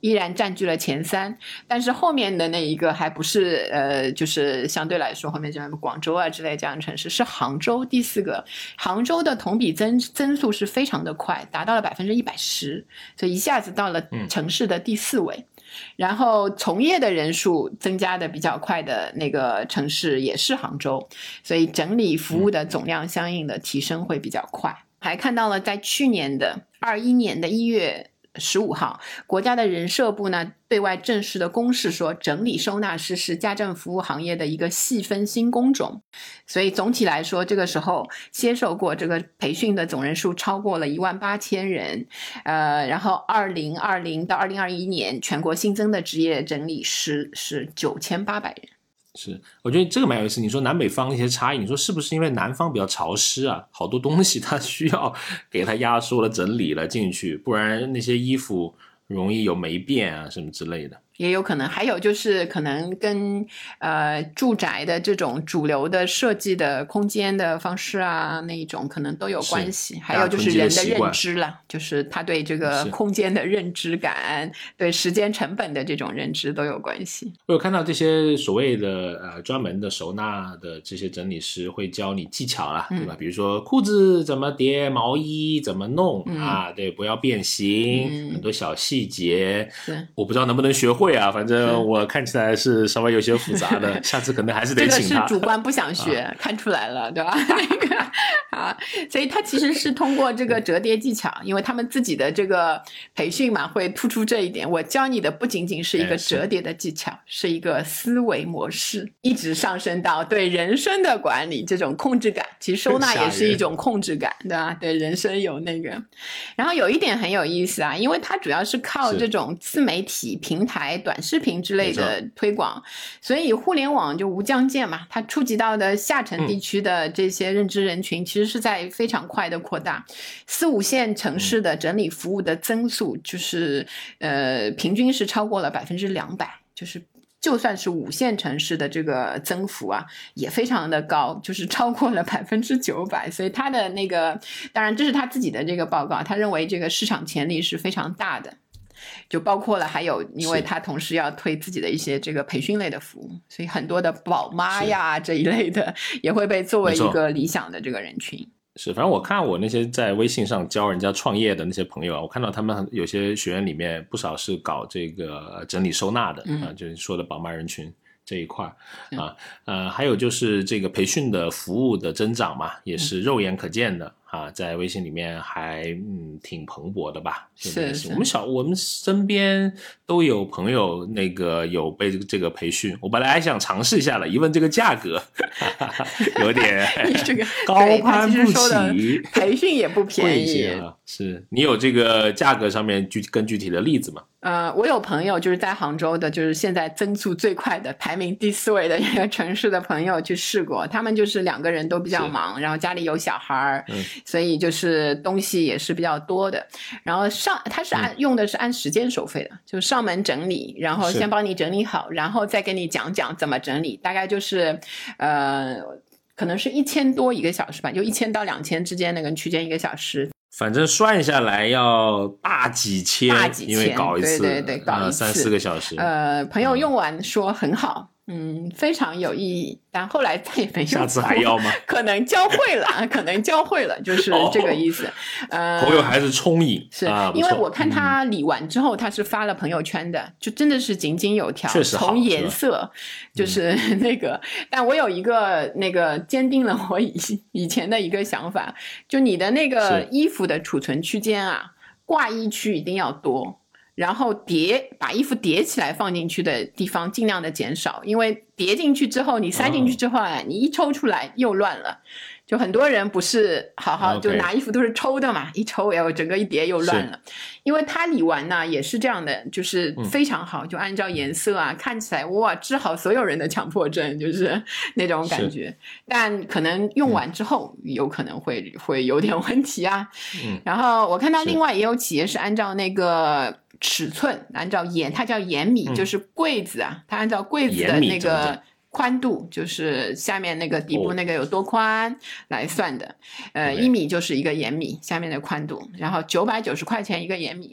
S2: 依然占据了前3，但是后面的那一个还不是就是相对来说后面像广州啊之类这样的城市，是杭州第4个。杭州的同比增速是非常的快，达到了110%，所以一下子到了城市的第4位。然后从业的人数增加的比较快的那个城市也是杭州，所以整理服务的总量相应的提升会比较快。还看到了在去年的21年的1月15号，国家的人社部呢对外正式的公示说，整理收纳师是家政服务行业的一个细分新工种。所以总体来说，这个时候接受过这个培训的总人数超过了18000人。然后2020到2021年全国新增的职业整理师是9800人。
S1: 是，我觉得这个蛮有意思。你说南北方一些差异，你说是不是因为南方比较潮湿啊，好多东西它需要给它压缩了整理了进去，不然那些衣服容易有霉变啊什么之类的。
S2: 也有可能，还有就是可能跟住宅的这种主流的设计的空间的方式啊，那一种可能都有关系。还有就是人的认知啦，就是他对这个空间的认知感，对时间成本的这种认知都有关系。
S1: 我有看到这些所谓的专门的收纳的这些整理师会教你技巧啦，对吧？比如说裤子怎么叠，毛衣怎么弄啊，对，不要变形，很多小细节，我不知道能不能学会啊，反正我看起来是稍微有些复杂的，下次可能还是得请他。
S2: 这个是主观不想学，看出来了，对吧？那个啊，所以他其实是通过这个折叠技巧，因为他们自己的这个培训嘛，会突出这一点。我教你的不仅仅是一个折叠的技巧，是一个思维模式，一直上升到对人生的管理这种控制感。其实收纳也是一种控制感，对吧？对人生有那个。然后有一点很有意思啊，因为它主要是靠这种自媒体平台、短视频之类的推广，所以互联网就无疆界嘛，它触及到的下沉地区的这些认知人群，其实是在非常快的扩大。4、5线城市的整理服务的增速，就是平均是超过了200%，就算是5线城市的这个增幅啊，也非常的高，就是超过了900%。所以他的那个，当然这是他自己的这个报告，他认为这个市场潜力是非常大的。就包括了还有，因为他同时要推自己的一些这个培训类的服务，所以很多的宝妈呀这一类的也会被作为一个理想的这个人群。
S1: 是，反正我看我那些在微信上教人家创业的那些朋友啊，我看到他们有些学员里面不少是搞这个整理收纳的就是说的宝妈人群这一块还有就是这个培训的服务的增长嘛，也是肉眼可见的在微信里面还挺蓬勃的吧。
S2: 是
S1: 我们身边都有朋友那个有被这个培训，我本来还想尝试一下了，一问这个价格有点
S2: 这个
S1: 高攀不起，
S2: 培训也不便宜
S1: 是你有这个价格上面更具体的例子吗？
S2: 我有朋友就是在杭州的，就是现在增速最快的排名第4位的一个城市的朋友去试过，他们就是2个人都比较忙，然后家里有小孩所以就是东西也是比较多的。然后他是用的是按时间收费的，就上门整理，然后先帮你整理好，然后再跟你讲讲怎么整理，大概就是可能是1000多1个小时吧，就1000到2000之间那个区间1个小时。
S1: 反正算下来要大几千，因为搞一次，
S2: 对，搞一次
S1: 3-4个小时。
S2: 朋友用完说很好，非常有意义，但后来再也没用过。
S1: 下次还要吗？
S2: 可能教会了，就是这个意思。
S1: 朋友还是充盈，
S2: 是因为我看他理完之后，他是发了朋友圈的，就真的是井井有条，
S1: 确实好，
S2: 从颜色就是那个。但我有一个那个坚定了我以前的一个想法，就你的那个衣服的储存区间啊，挂衣区一定要多。然后把衣服叠起来放进去的地方尽量的减少，因为叠进去之后你塞进去之后你一抽出来又乱了。就很多人不是好好就拿衣服都是抽的嘛，一抽整个一叠又乱了。因为他理完呢也是这样的，就是非常好，就按照颜色看起来哇治好所有人的强迫症，就是那种感觉。但可能用完之后有可能会有点问题然后我看到另外也有企业是按照那个尺寸，按照它叫延米，就是柜子它按照柜子的那个宽度，就是下面那个底部那个有多宽来算的。1米就是1个延米下面的宽度，然后990块钱1个延米。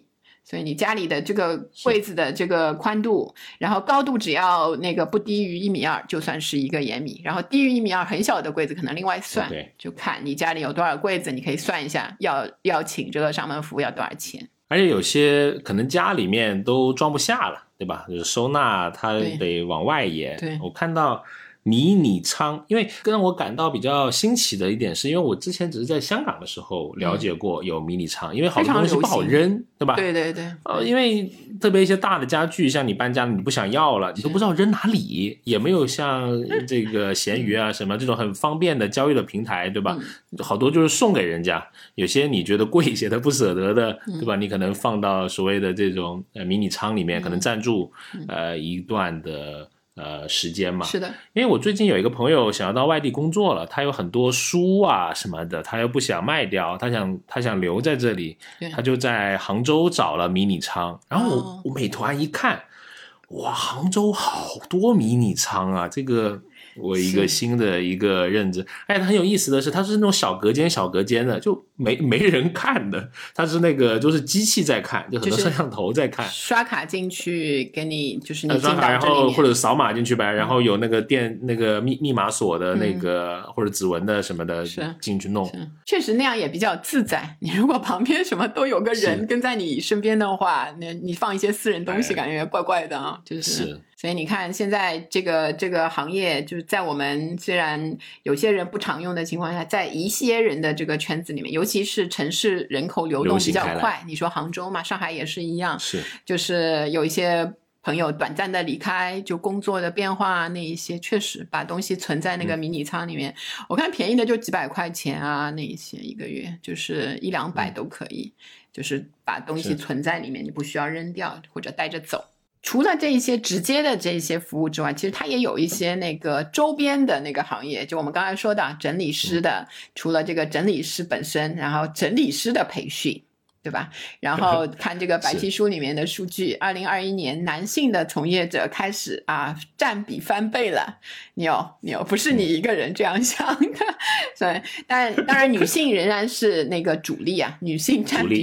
S2: 所以你家里的这个柜子的这个宽度，然后高度只要那个不低于1.2米，就算是1个延米，然后低于1.2米很小的柜子可能另外算，就看你家里有多少柜子，你可以算一下要请这个上门服务要多少钱。
S1: 而且有些可能家里面都装不下了，对吧？就是收纳它得往外延。
S2: 对，
S1: 我看到迷你仓，因为让我感到比较新奇的一点是，因为我之前只是在香港的时候了解过有迷你仓，因为好多东西不好扔，对吧？
S2: 对对对。
S1: 因为特别一些大的家具，像你搬家你不想要了，你都不知道扔哪里，也没有像这个闲鱼啊什么这种很方便的交易的平台，对吧？好多就是送给人家，有些你觉得贵一些的不舍得的，对吧？你可能放到所谓的这种迷你仓里面，可能暂住一段的时间嘛。
S2: 是的，
S1: 因为我最近有一个朋友想要到外地工作了，他有很多书啊什么的，他又不想卖掉，他想留在这里，他就在杭州找了迷你仓。然后我美团一看，哇，杭州好多迷你仓啊，这个我一个新的一个认知。它很有意思的是，它是那种小隔间的，就没人看的，它是那个就是机器在看，就很多摄像头在看，
S2: 刷卡进去给你，就是你进到这里面，
S1: 然后或者扫码进去呗，然后有那个那个密码锁的那个、或者指纹的什么的进去弄，
S2: 确实那样也比较自在。你如果旁边什么都有个人跟在你身边的话，你放一些私人东西感觉怪怪的啊，就是。所以你看现在这个行业，就是在我们虽然有些人不常用的情况下，在一些人的这个圈子里面，尤其是城市人口流动比较快，你说杭州嘛，上海也是一样，就是有一些朋友短暂的离开，就工作的变化那一些，确实把东西存在那个迷你仓里面，我看便宜的就几百块钱啊，那一些一个月就是100-200都可以，就是把东西存在里面，你不需要扔掉或者带着走。除了这一些直接的这些服务之外，其实它也有一些那个周边的那个行业，就我们刚才说的整理师的，除了这个整理师本身，然后整理师的培训，对吧？然后看这个白皮书里面的数据，2021年男性的从业者开始占比翻倍了。你有不是你一个人这样想的，对，但当然女性仍然是那个主力啊，女性占比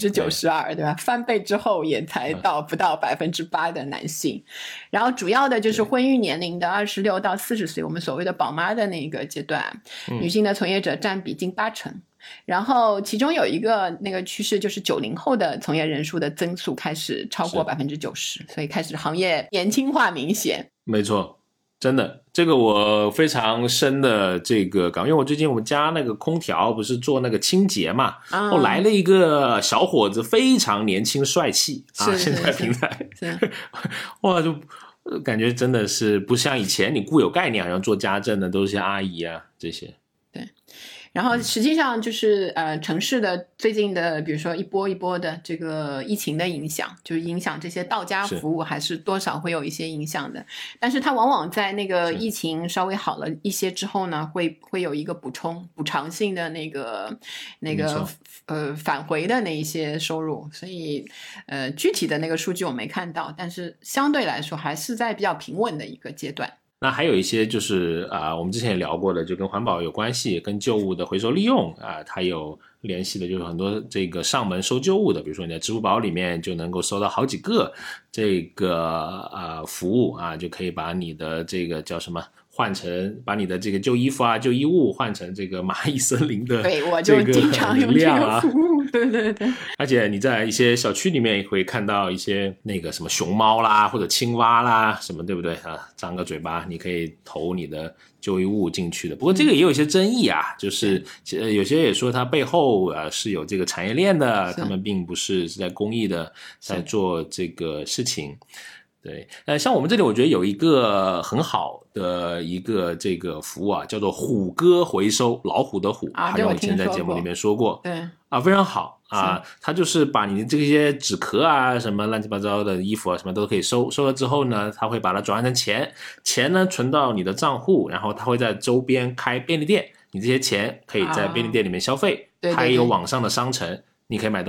S2: 92%，对吧？翻倍之后也才不到8%的男性。然后主要的就是婚育年龄的26到40岁，我们所谓的宝妈的那个阶段，女性的从业者占比近80%。然后其中有一个那个趋势，就是90后的从业人数的增速开始超过90%，所以开始行业年轻化明显。
S1: 没错，真的，这个我非常深的这个感，因为我最近我们家那个空调不是做那个清洁嘛，后来了一个小伙子，非常年轻帅气现在平台哇，就感觉真的是不像以前你固有概念，好像做家政的都是些阿姨啊这些。
S2: 对。然后实际上就是城市的最近的比如说一波一波的这个疫情的影响，就是影响这些到家服务还是多少会有一些影响的，但是它往往在那个疫情稍微好了一些之后呢，会有一个补偿性的那个返回的那一些收入，所以具体的那个数据我没看到，但是相对来说还是在比较平稳的一个阶段。
S1: 那还有一些就是我们之前也聊过的，就跟环保有关系，跟旧物的回收利用它有联系的，就是很多这个上门收旧物的，比如说你在支付宝里面就能够收到好几个这个服务就可以把你的这个叫什么换成把你的这个旧衣服旧衣物换成这个蚂蚁森林的
S2: 对，我就经常用这个服务对对对，
S1: 而且你在一些小区里面也会看到一些那个什么熊猫啦或者青蛙啦什么，对不对张个嘴巴你可以投你的旧衣物进去的。不过这个也有一些争议就是有些也说它背后是有这个产业链的，他们并不是在公益的在做这个事情。对，像我们这里我觉得有一个很好的一个这个服务叫做虎哥回收，老虎的虎好像我以前在节目里面说过，
S2: 对
S1: 非常好它就是把你的这些纸壳什么乱七八糟的衣服什么都可以收了之后呢，它会把它转换成钱呢存到你的账户，然后它会在周边开便利店，你这些钱可以在便利店里面消费，还有网上的商城你可以买东西。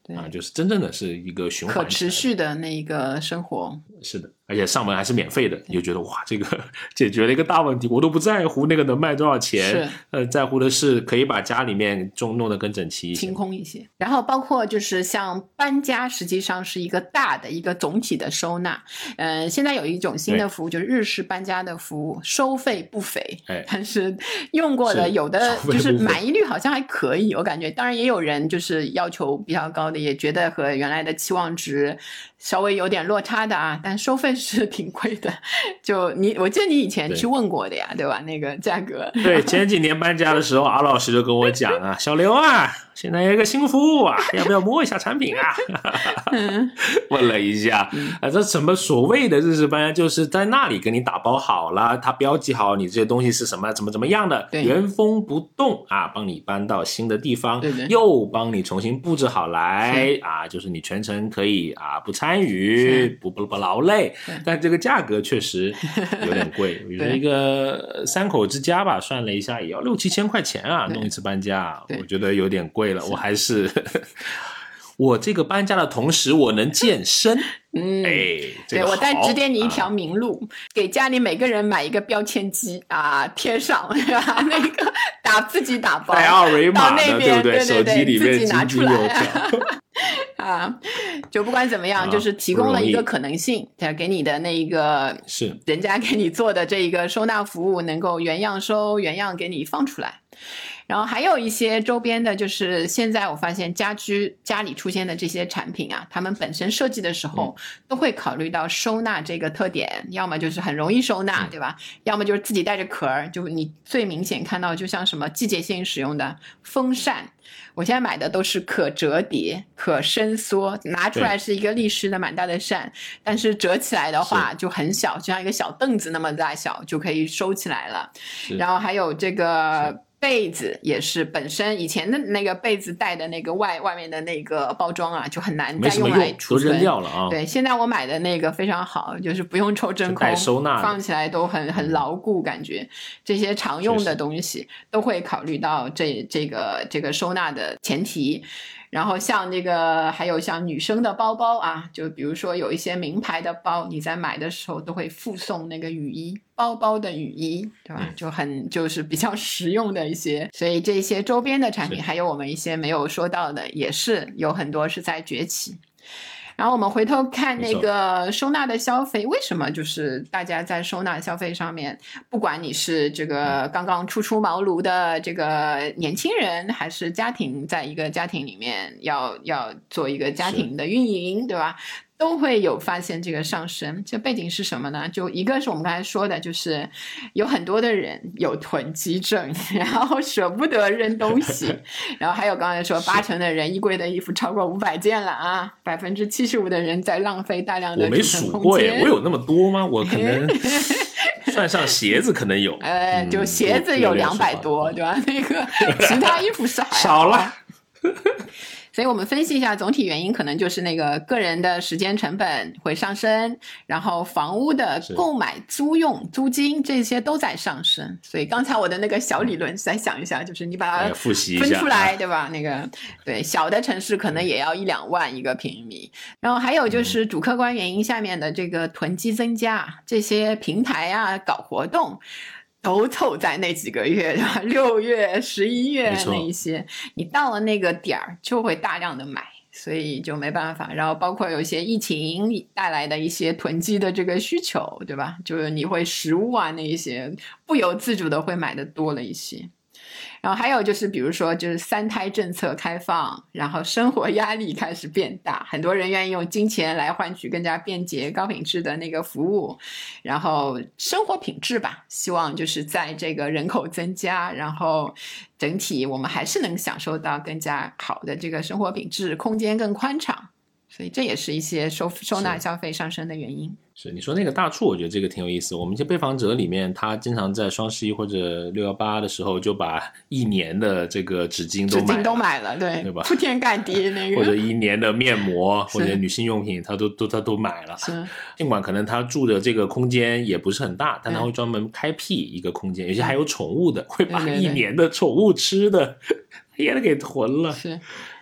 S1: 啊，就是真正的是一个循环
S2: 可持续的那个生活。
S1: 是的，而且上门还是免费的，你就觉得哇，这个解决了一个大问题，我都不在乎那个能卖多少钱，在乎的是可以把家里面弄得更整齐一些、
S2: 清空一些。然后包括就是像搬家，实际上是一个大的一个总体的收纳。现在有一种新的服务，就是日式搬家的服务，收费不菲，但是用过的有的就是满意率好像还可以，我感觉。当然也有人就是要求比较高的，也觉得和原来的期望值稍微有点落差的啊，但收费是挺贵的。就我记得你以前去问过的呀，对吧？那个价格。
S1: 对，前几年搬家的时候，阿老师就跟我讲啊，小刘啊，现在有一个新服务啊，要不要摸一下产品啊？问了一下，这什么所谓的日式搬家，就是在那里给你打包好了，他标记好你这些东西是什么，怎么样的，原封不动啊，帮你搬到新的地方，
S2: 对对，
S1: 又帮你重新布置好来啊，就是你全程可以啊不参与，不劳累，但这个价格确实有点贵。比如说一个3口之家吧，算了一下也要6-7千块钱啊，弄一次搬家，我觉得有点贵了。我还是我这个搬家的同时，我能健身。
S2: 对，我再指点你一条明路，给家里每个人买一个标签机啊，贴上，对吧？那个自己打包，
S1: 带二维码的，
S2: 到那边
S1: 对不对？手机里面
S2: 自己拿出来
S1: 啊，
S2: 就不管怎么样，就是提供了一个可能性，给你的那一个
S1: 是
S2: 人家给你做的这一个收纳服务，能够原样收，原样给你放出来。然后还有一些周边的，就是现在我发现家里出现的这些产品啊，他们本身设计的时候都会考虑到收纳这个特点，要么就是很容易收纳，对吧？要么就是自己带着壳儿，就你最明显看到就像什么季节性使用的风扇，我现在买的都是可折叠、可伸缩，拿出来是一个立式的蛮大的扇，但是折起来的话就很小，就像一个小凳子那么大小，就可以收起来了。然后还有这个被子也是，本身以前的那个被子带的那个外面的那个包装啊，就很难再用来储存，
S1: 都扔掉了啊。
S2: 对，现在我买的那个非常好，就是不用抽真空，
S1: 带收纳，
S2: 放起来都很牢固，感觉这些常用的东西都会考虑到这个收纳的前提。然后像这个还有像女生的包包啊，就比如说有一些名牌的包，你在买的时候都会附送那个雨衣，包包的雨衣，对吧？就是比较实用的一些，所以这些周边的产品还有我们一些没有说到的，也是有很多是在崛起。然后我们回头看那个收纳的消费，为什么就是大家在收纳消费上面，不管你是这个刚刚初茅庐的这个年轻人，还是在一个家庭里面要做一个家庭的运营，对吧？都会有发现这个上升。这背景是什么呢？就一个是我们刚才说的，就是有很多的人有囤积症，然后舍不得扔东西，然后还有刚才说80%的人衣柜的衣服超过500件了啊，75%的人在浪费大量的
S1: 我没数过耶，我有那么多吗？我可能算上鞋子可能有，
S2: 就鞋子有200多，对吧？那个其他衣服是
S1: 少了。
S2: 所以我们分析一下总体原因，可能就是那个个人的时间成本会上升，然后房屋的购买、租用、租金这些都在上升。所以刚才我的那个小理论再想一下，就是你把它
S1: 复习一下
S2: 分出来，对吧？那个对小的城市可能也要1-2万一个平米，然后还有就是主客观原因下面的这个囤积增加，这些平台啊搞活动。都凑在那几个月，对吧？6月、11月那一些，你到了那个点儿就会大量的买，所以就没办法。然后包括有一些疫情带来的一些囤积的这个需求，对吧？就是你会食物啊那一些不由自主的会买的多了一些。然后还有就是比如说就是3胎政策开放，然后生活压力开始变大，很多人愿意用金钱来换取更加便捷高品质的那个服务，然后生活品质吧，希望就是在这个人口增加，然后整体我们还是能享受到更加好的这个生活品质，空间更宽敞，所以这也是一些收纳消费上升的原因。
S1: 是你说那个大促，我觉得这个挺有意思。我们一些被访者里面，他经常在双11或者618的时候，就把1年的这个纸巾都买了，
S2: 对
S1: 吧？
S2: 铺天盖地那个，
S1: 或者1年的面膜或者女性用品，他都买了。尽管可能他住的这个空间也不是很大，但他会专门开辟一个空间，有些还有宠物的，会把1年的宠物吃的也给囤了。
S2: 是。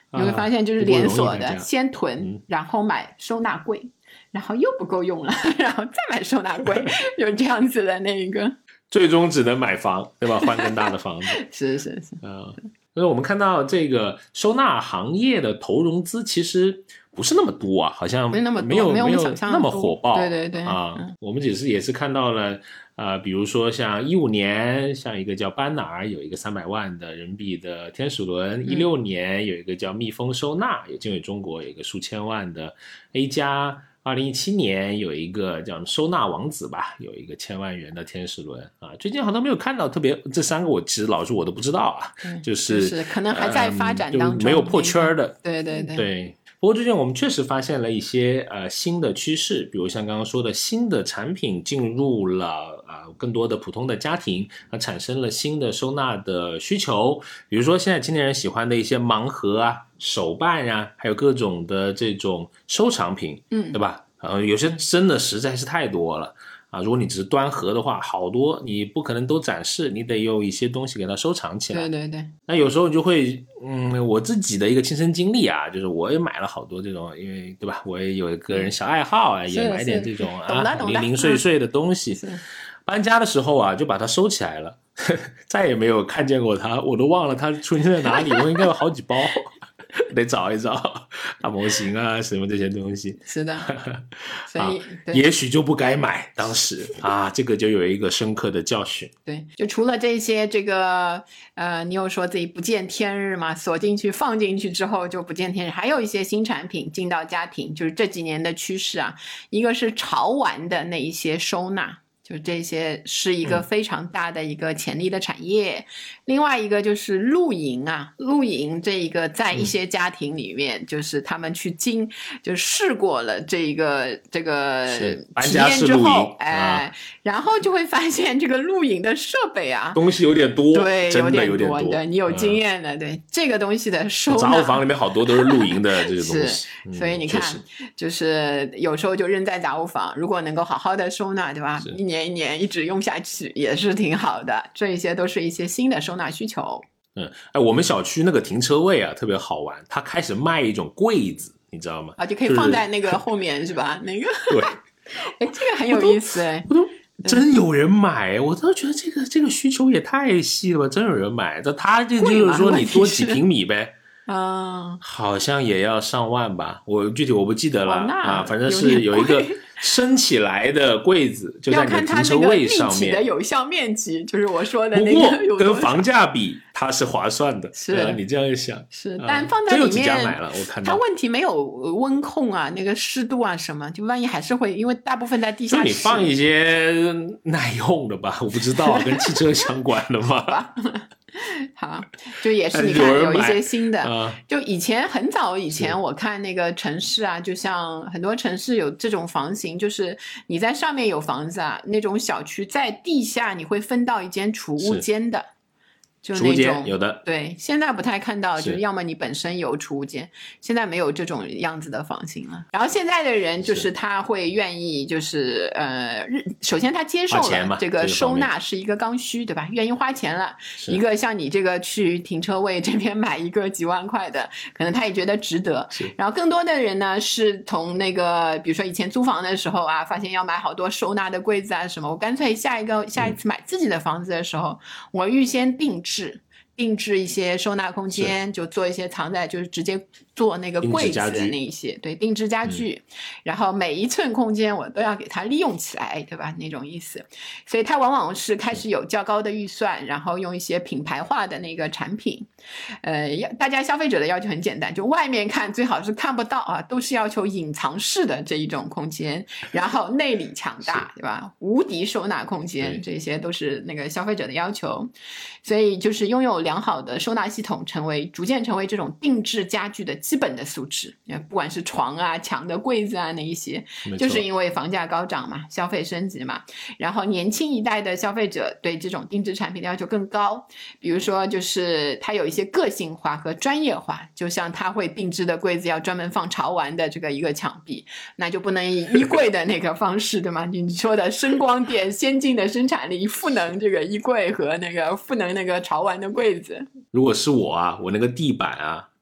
S2: 你会发现就是连锁的，
S1: 不容易大家
S2: 先囤，然后买收纳柜，然后又不够用了，然后再买收纳柜，有这样子的那个，
S1: 最终只能买房，对吧？换更大的房子。
S2: 是是是，
S1: 所以我们看到这个收纳行业的投融资其实不是那么多啊，好像没有那么火爆。
S2: 对对对
S1: 我们也是看到了比如说像15年，像一个叫班纳尔有一个300万的人民币的天使轮，16年有一个叫蜜蜂收纳，有经纬中国有一个数千万的 A 加。2017年有一个叫收纳王子吧，有一个1000万元的天使轮最近好像没有看到特别，这3个我其实老实我都不知道就是
S2: 可能还在发展当中，
S1: 没有破圈的。
S2: 对对对
S1: 对。不过最近我们确实发现了一些新的趋势，比如像刚刚说的新的产品进入了更多的普通的家庭，产生了新的收纳的需求，比如说现在青年人喜欢的一些盲盒手办还有各种的这种收藏品，对吧？有些真的实在是太多了如果你只是端盒的话，好多你不可能都展示，你得用一些东西给它收藏起来。
S2: 对对对。
S1: 那有时候你就会，我自己的一个亲身经历就是我也买了好多这种，因为对吧，我也有一个人小爱好也买点这种零零碎碎的东西。搬家的时候就把它收起来了，再也没有看见过它，我都忘了它出现在哪里，我应该有好几包。得找一找大模型什么这些东西。
S2: 是的，所以
S1: 也许就不该买，当时这个就有一个深刻的教训。
S2: 对，就除了这些这个你有说自己不见天日嘛，锁进去放进去之后就不见天日，还有一些新产品进到家庭，就是这几年的趋势一个是潮玩的那一些收纳，就这些是一个非常大的一个潜力的产业。另外一个就是露营露营这一个在一些家庭里面，就是他们去就试过了这个体验之后，然后就会发现这个露营的设备
S1: 东西有点多，
S2: 对，
S1: 真的有点
S2: 多的，你有经验的，对这个东西的收纳，
S1: 杂物房里面好多都是露营的这个东西，
S2: 所以你看，就是有时候就扔在杂物房，如果能够好好的收纳，对吧？一年一直用下去也是挺好的，这一些都是一些新的收纳需求。
S1: 我们小区那个停车位特别好玩，它开始卖一种柜子，你知道吗？
S2: 就可以放在那个后面是吧？那个
S1: 对，
S2: 这个很有意思
S1: 我都真有人买，我都觉得这个需求也太细了吧，真有人买。它就是说你多几平米呗。好像也要上万吧，具体我不记得了反正是有一个升起来的柜子，就在你的停车位上面。要看它那个立体
S2: 的有效面积，就是我说的那个
S1: 不过跟房价比，它是划算的。
S2: 是
S1: 你这样一想，
S2: 但放在里面，
S1: 真有几家买了，我看到。
S2: 它问题没有温控那个湿度什么，就万一还是会，因为大部分在地下室。
S1: 就你放一些耐用的吧，我不知道跟汽车相关的吗？
S2: 好，就也是你看有一些新的，就以前很早以前我看那个城市就像很多城市有这种房型，就是你在上面有房子那种小区在地下你会分到一间储物间的。就那种
S1: 有的，
S2: 对，现在不太看到，就是要么你本身有储物间，现在没有这种样子的房型了。然后现在的人就是他会愿意，就是首先他接受了这个收纳是一个刚需，对吧？愿意花钱了。一个像你这个去停车位这边买一个几万块的，可能他也觉得值得。然后更多的人呢是从那个，比如说以前租房的时候发现要买好多收纳的柜子什么，我干脆下一次买自己的房子的时候，我预先定制一些收纳空间，就做一些藏在，就是直接做那个柜子的那一些，对，定制家具，然后每一寸空间我都要给它利用起来，对吧？那种意思。所以它往往是开始有较高的预算，然后用一些品牌化的那个产品。大家消费者的要求很简单，就外面看最好是看不到都是要求隐藏式的这一种空间，然后内里强大，对吧？无敌收纳空间，这些都是那个消费者的要求。所以就是拥有良好的收纳系统，逐渐成为这种定制家具的基本的素质。不管是床墙的柜子那一些，就是因为房价高涨嘛，消费升级嘛，然后年轻一代的消费者对这种定制产品的要求更高。比如说就是它有一些个性化和专业化，就像它会定制的柜子要专门放潮玩的这个一个墙壁，那就不能以衣柜的那个方式，对吗？你说的声光电先进的生产力，赋能这个衣柜和那个赋能那个潮玩的柜子。
S1: 如果是我那个地板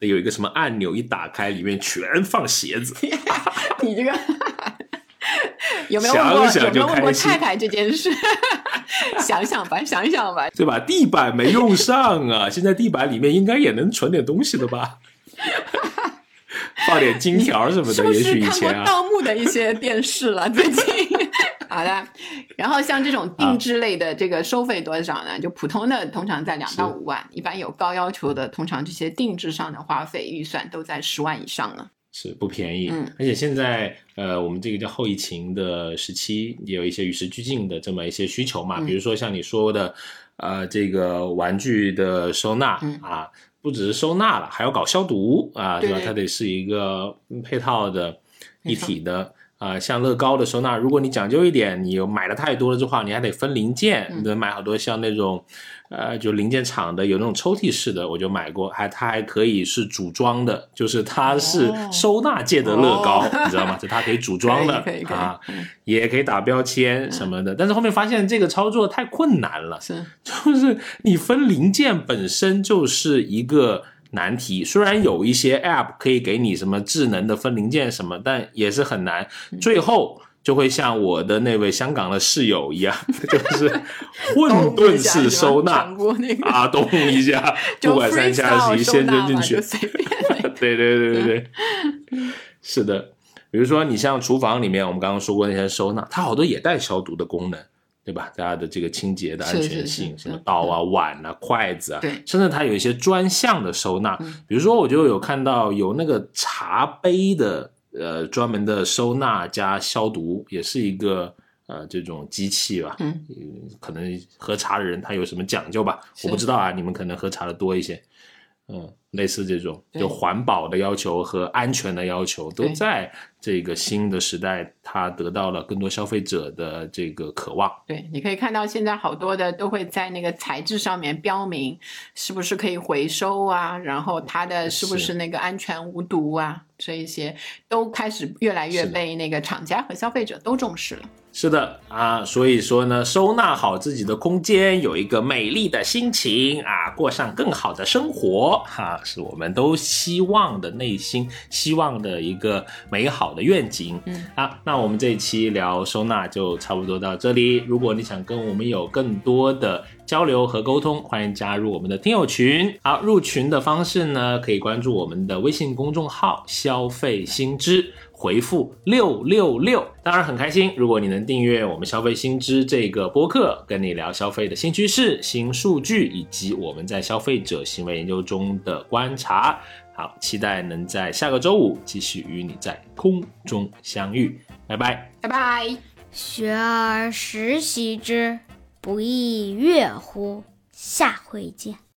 S1: 有一个什么按钮，一打开里面全放鞋子。
S2: 你这个有没有问过
S1: 想就开心
S2: 太太这件事？想想吧，
S1: 对吧？地板没用上啊，现在地板里面应该也能存点东西的吧？放点金条什么的，
S2: 是不是
S1: 也许以前
S2: 看过盗墓的一些电视了？最近好的，然后像这种定制类的这个收费多少呢？就普通的通常在2到5万，一般有高要求的，通常这些定制上的花费预算都在10万以上了。
S1: 是不便宜，而且现在我们这个叫后疫情的时期，也有一些与时俱进的这么一些需求嘛，比如说像你说的这个玩具的收纳啊，不只是收纳了，还要搞消毒啊，对吧？它得是一个配套的一体的。像乐高的收纳，如果你讲究一点，你买的太多了之后，你还得分零件，你得买好多像那种就零件厂的，有那种抽屉式的，我就买过，它还可以是组装的，就是它是收纳界的乐高，你知道吗？就它可以组装的啊，也可以打标签什么的，但是后面发现这个操作太困难了，就是你分零件本身就是一个难题，虽然有一些 App 可以给你什么智能的分零件什么，但也是很难，最后就会像我的那位香港的室友一样，就是混沌式收纳动一下，不管3下11先扔进去，对，是的。比如说你像厨房里面我们刚刚说过那些收纳，它好多也带消毒的功能，对吧？大家的这个清洁的安全性，什么刀啊、碗啊、筷子啊，甚至它有一些专项的收纳，比如说我就有看到有那个茶杯的专门的收纳加消毒，也是一个这种机器吧，可能喝茶的人他有什么讲究吧，我不知道啊，你们可能喝茶的多一些，类似这种就环保的要求和安全的要求都在这个新的时代，它得到了更多消费者的这个渴望。
S2: 对，你可以看到现在好多的都会在那个材质上面标明是不是可以回收啊，然后它的是不是那个安全无毒啊，这一些都开始越来越被那个厂家和消费者都重视了。
S1: 是的啊，所以说呢，收纳好自己的空间，有一个美丽的心情啊，过上更好的生活是我们都希望的，内心希望的一个美好的愿景。那我们这一期聊收纳就差不多到这里。如果你想跟我们有更多的交流和沟通，欢迎加入我们的听友群。好，入群的方式呢，可以关注我们的微信公众号消费新知，回复666。当然很开心，如果你能订阅我们消费新知这个播客，跟你聊消费的新趋势、新数据，以及我们在消费者行为研究中的观察。好，期待能在下个周五继续与你在空中相遇。拜拜，
S2: 拜拜。
S3: 学而时习之，不亦说乎？下回见。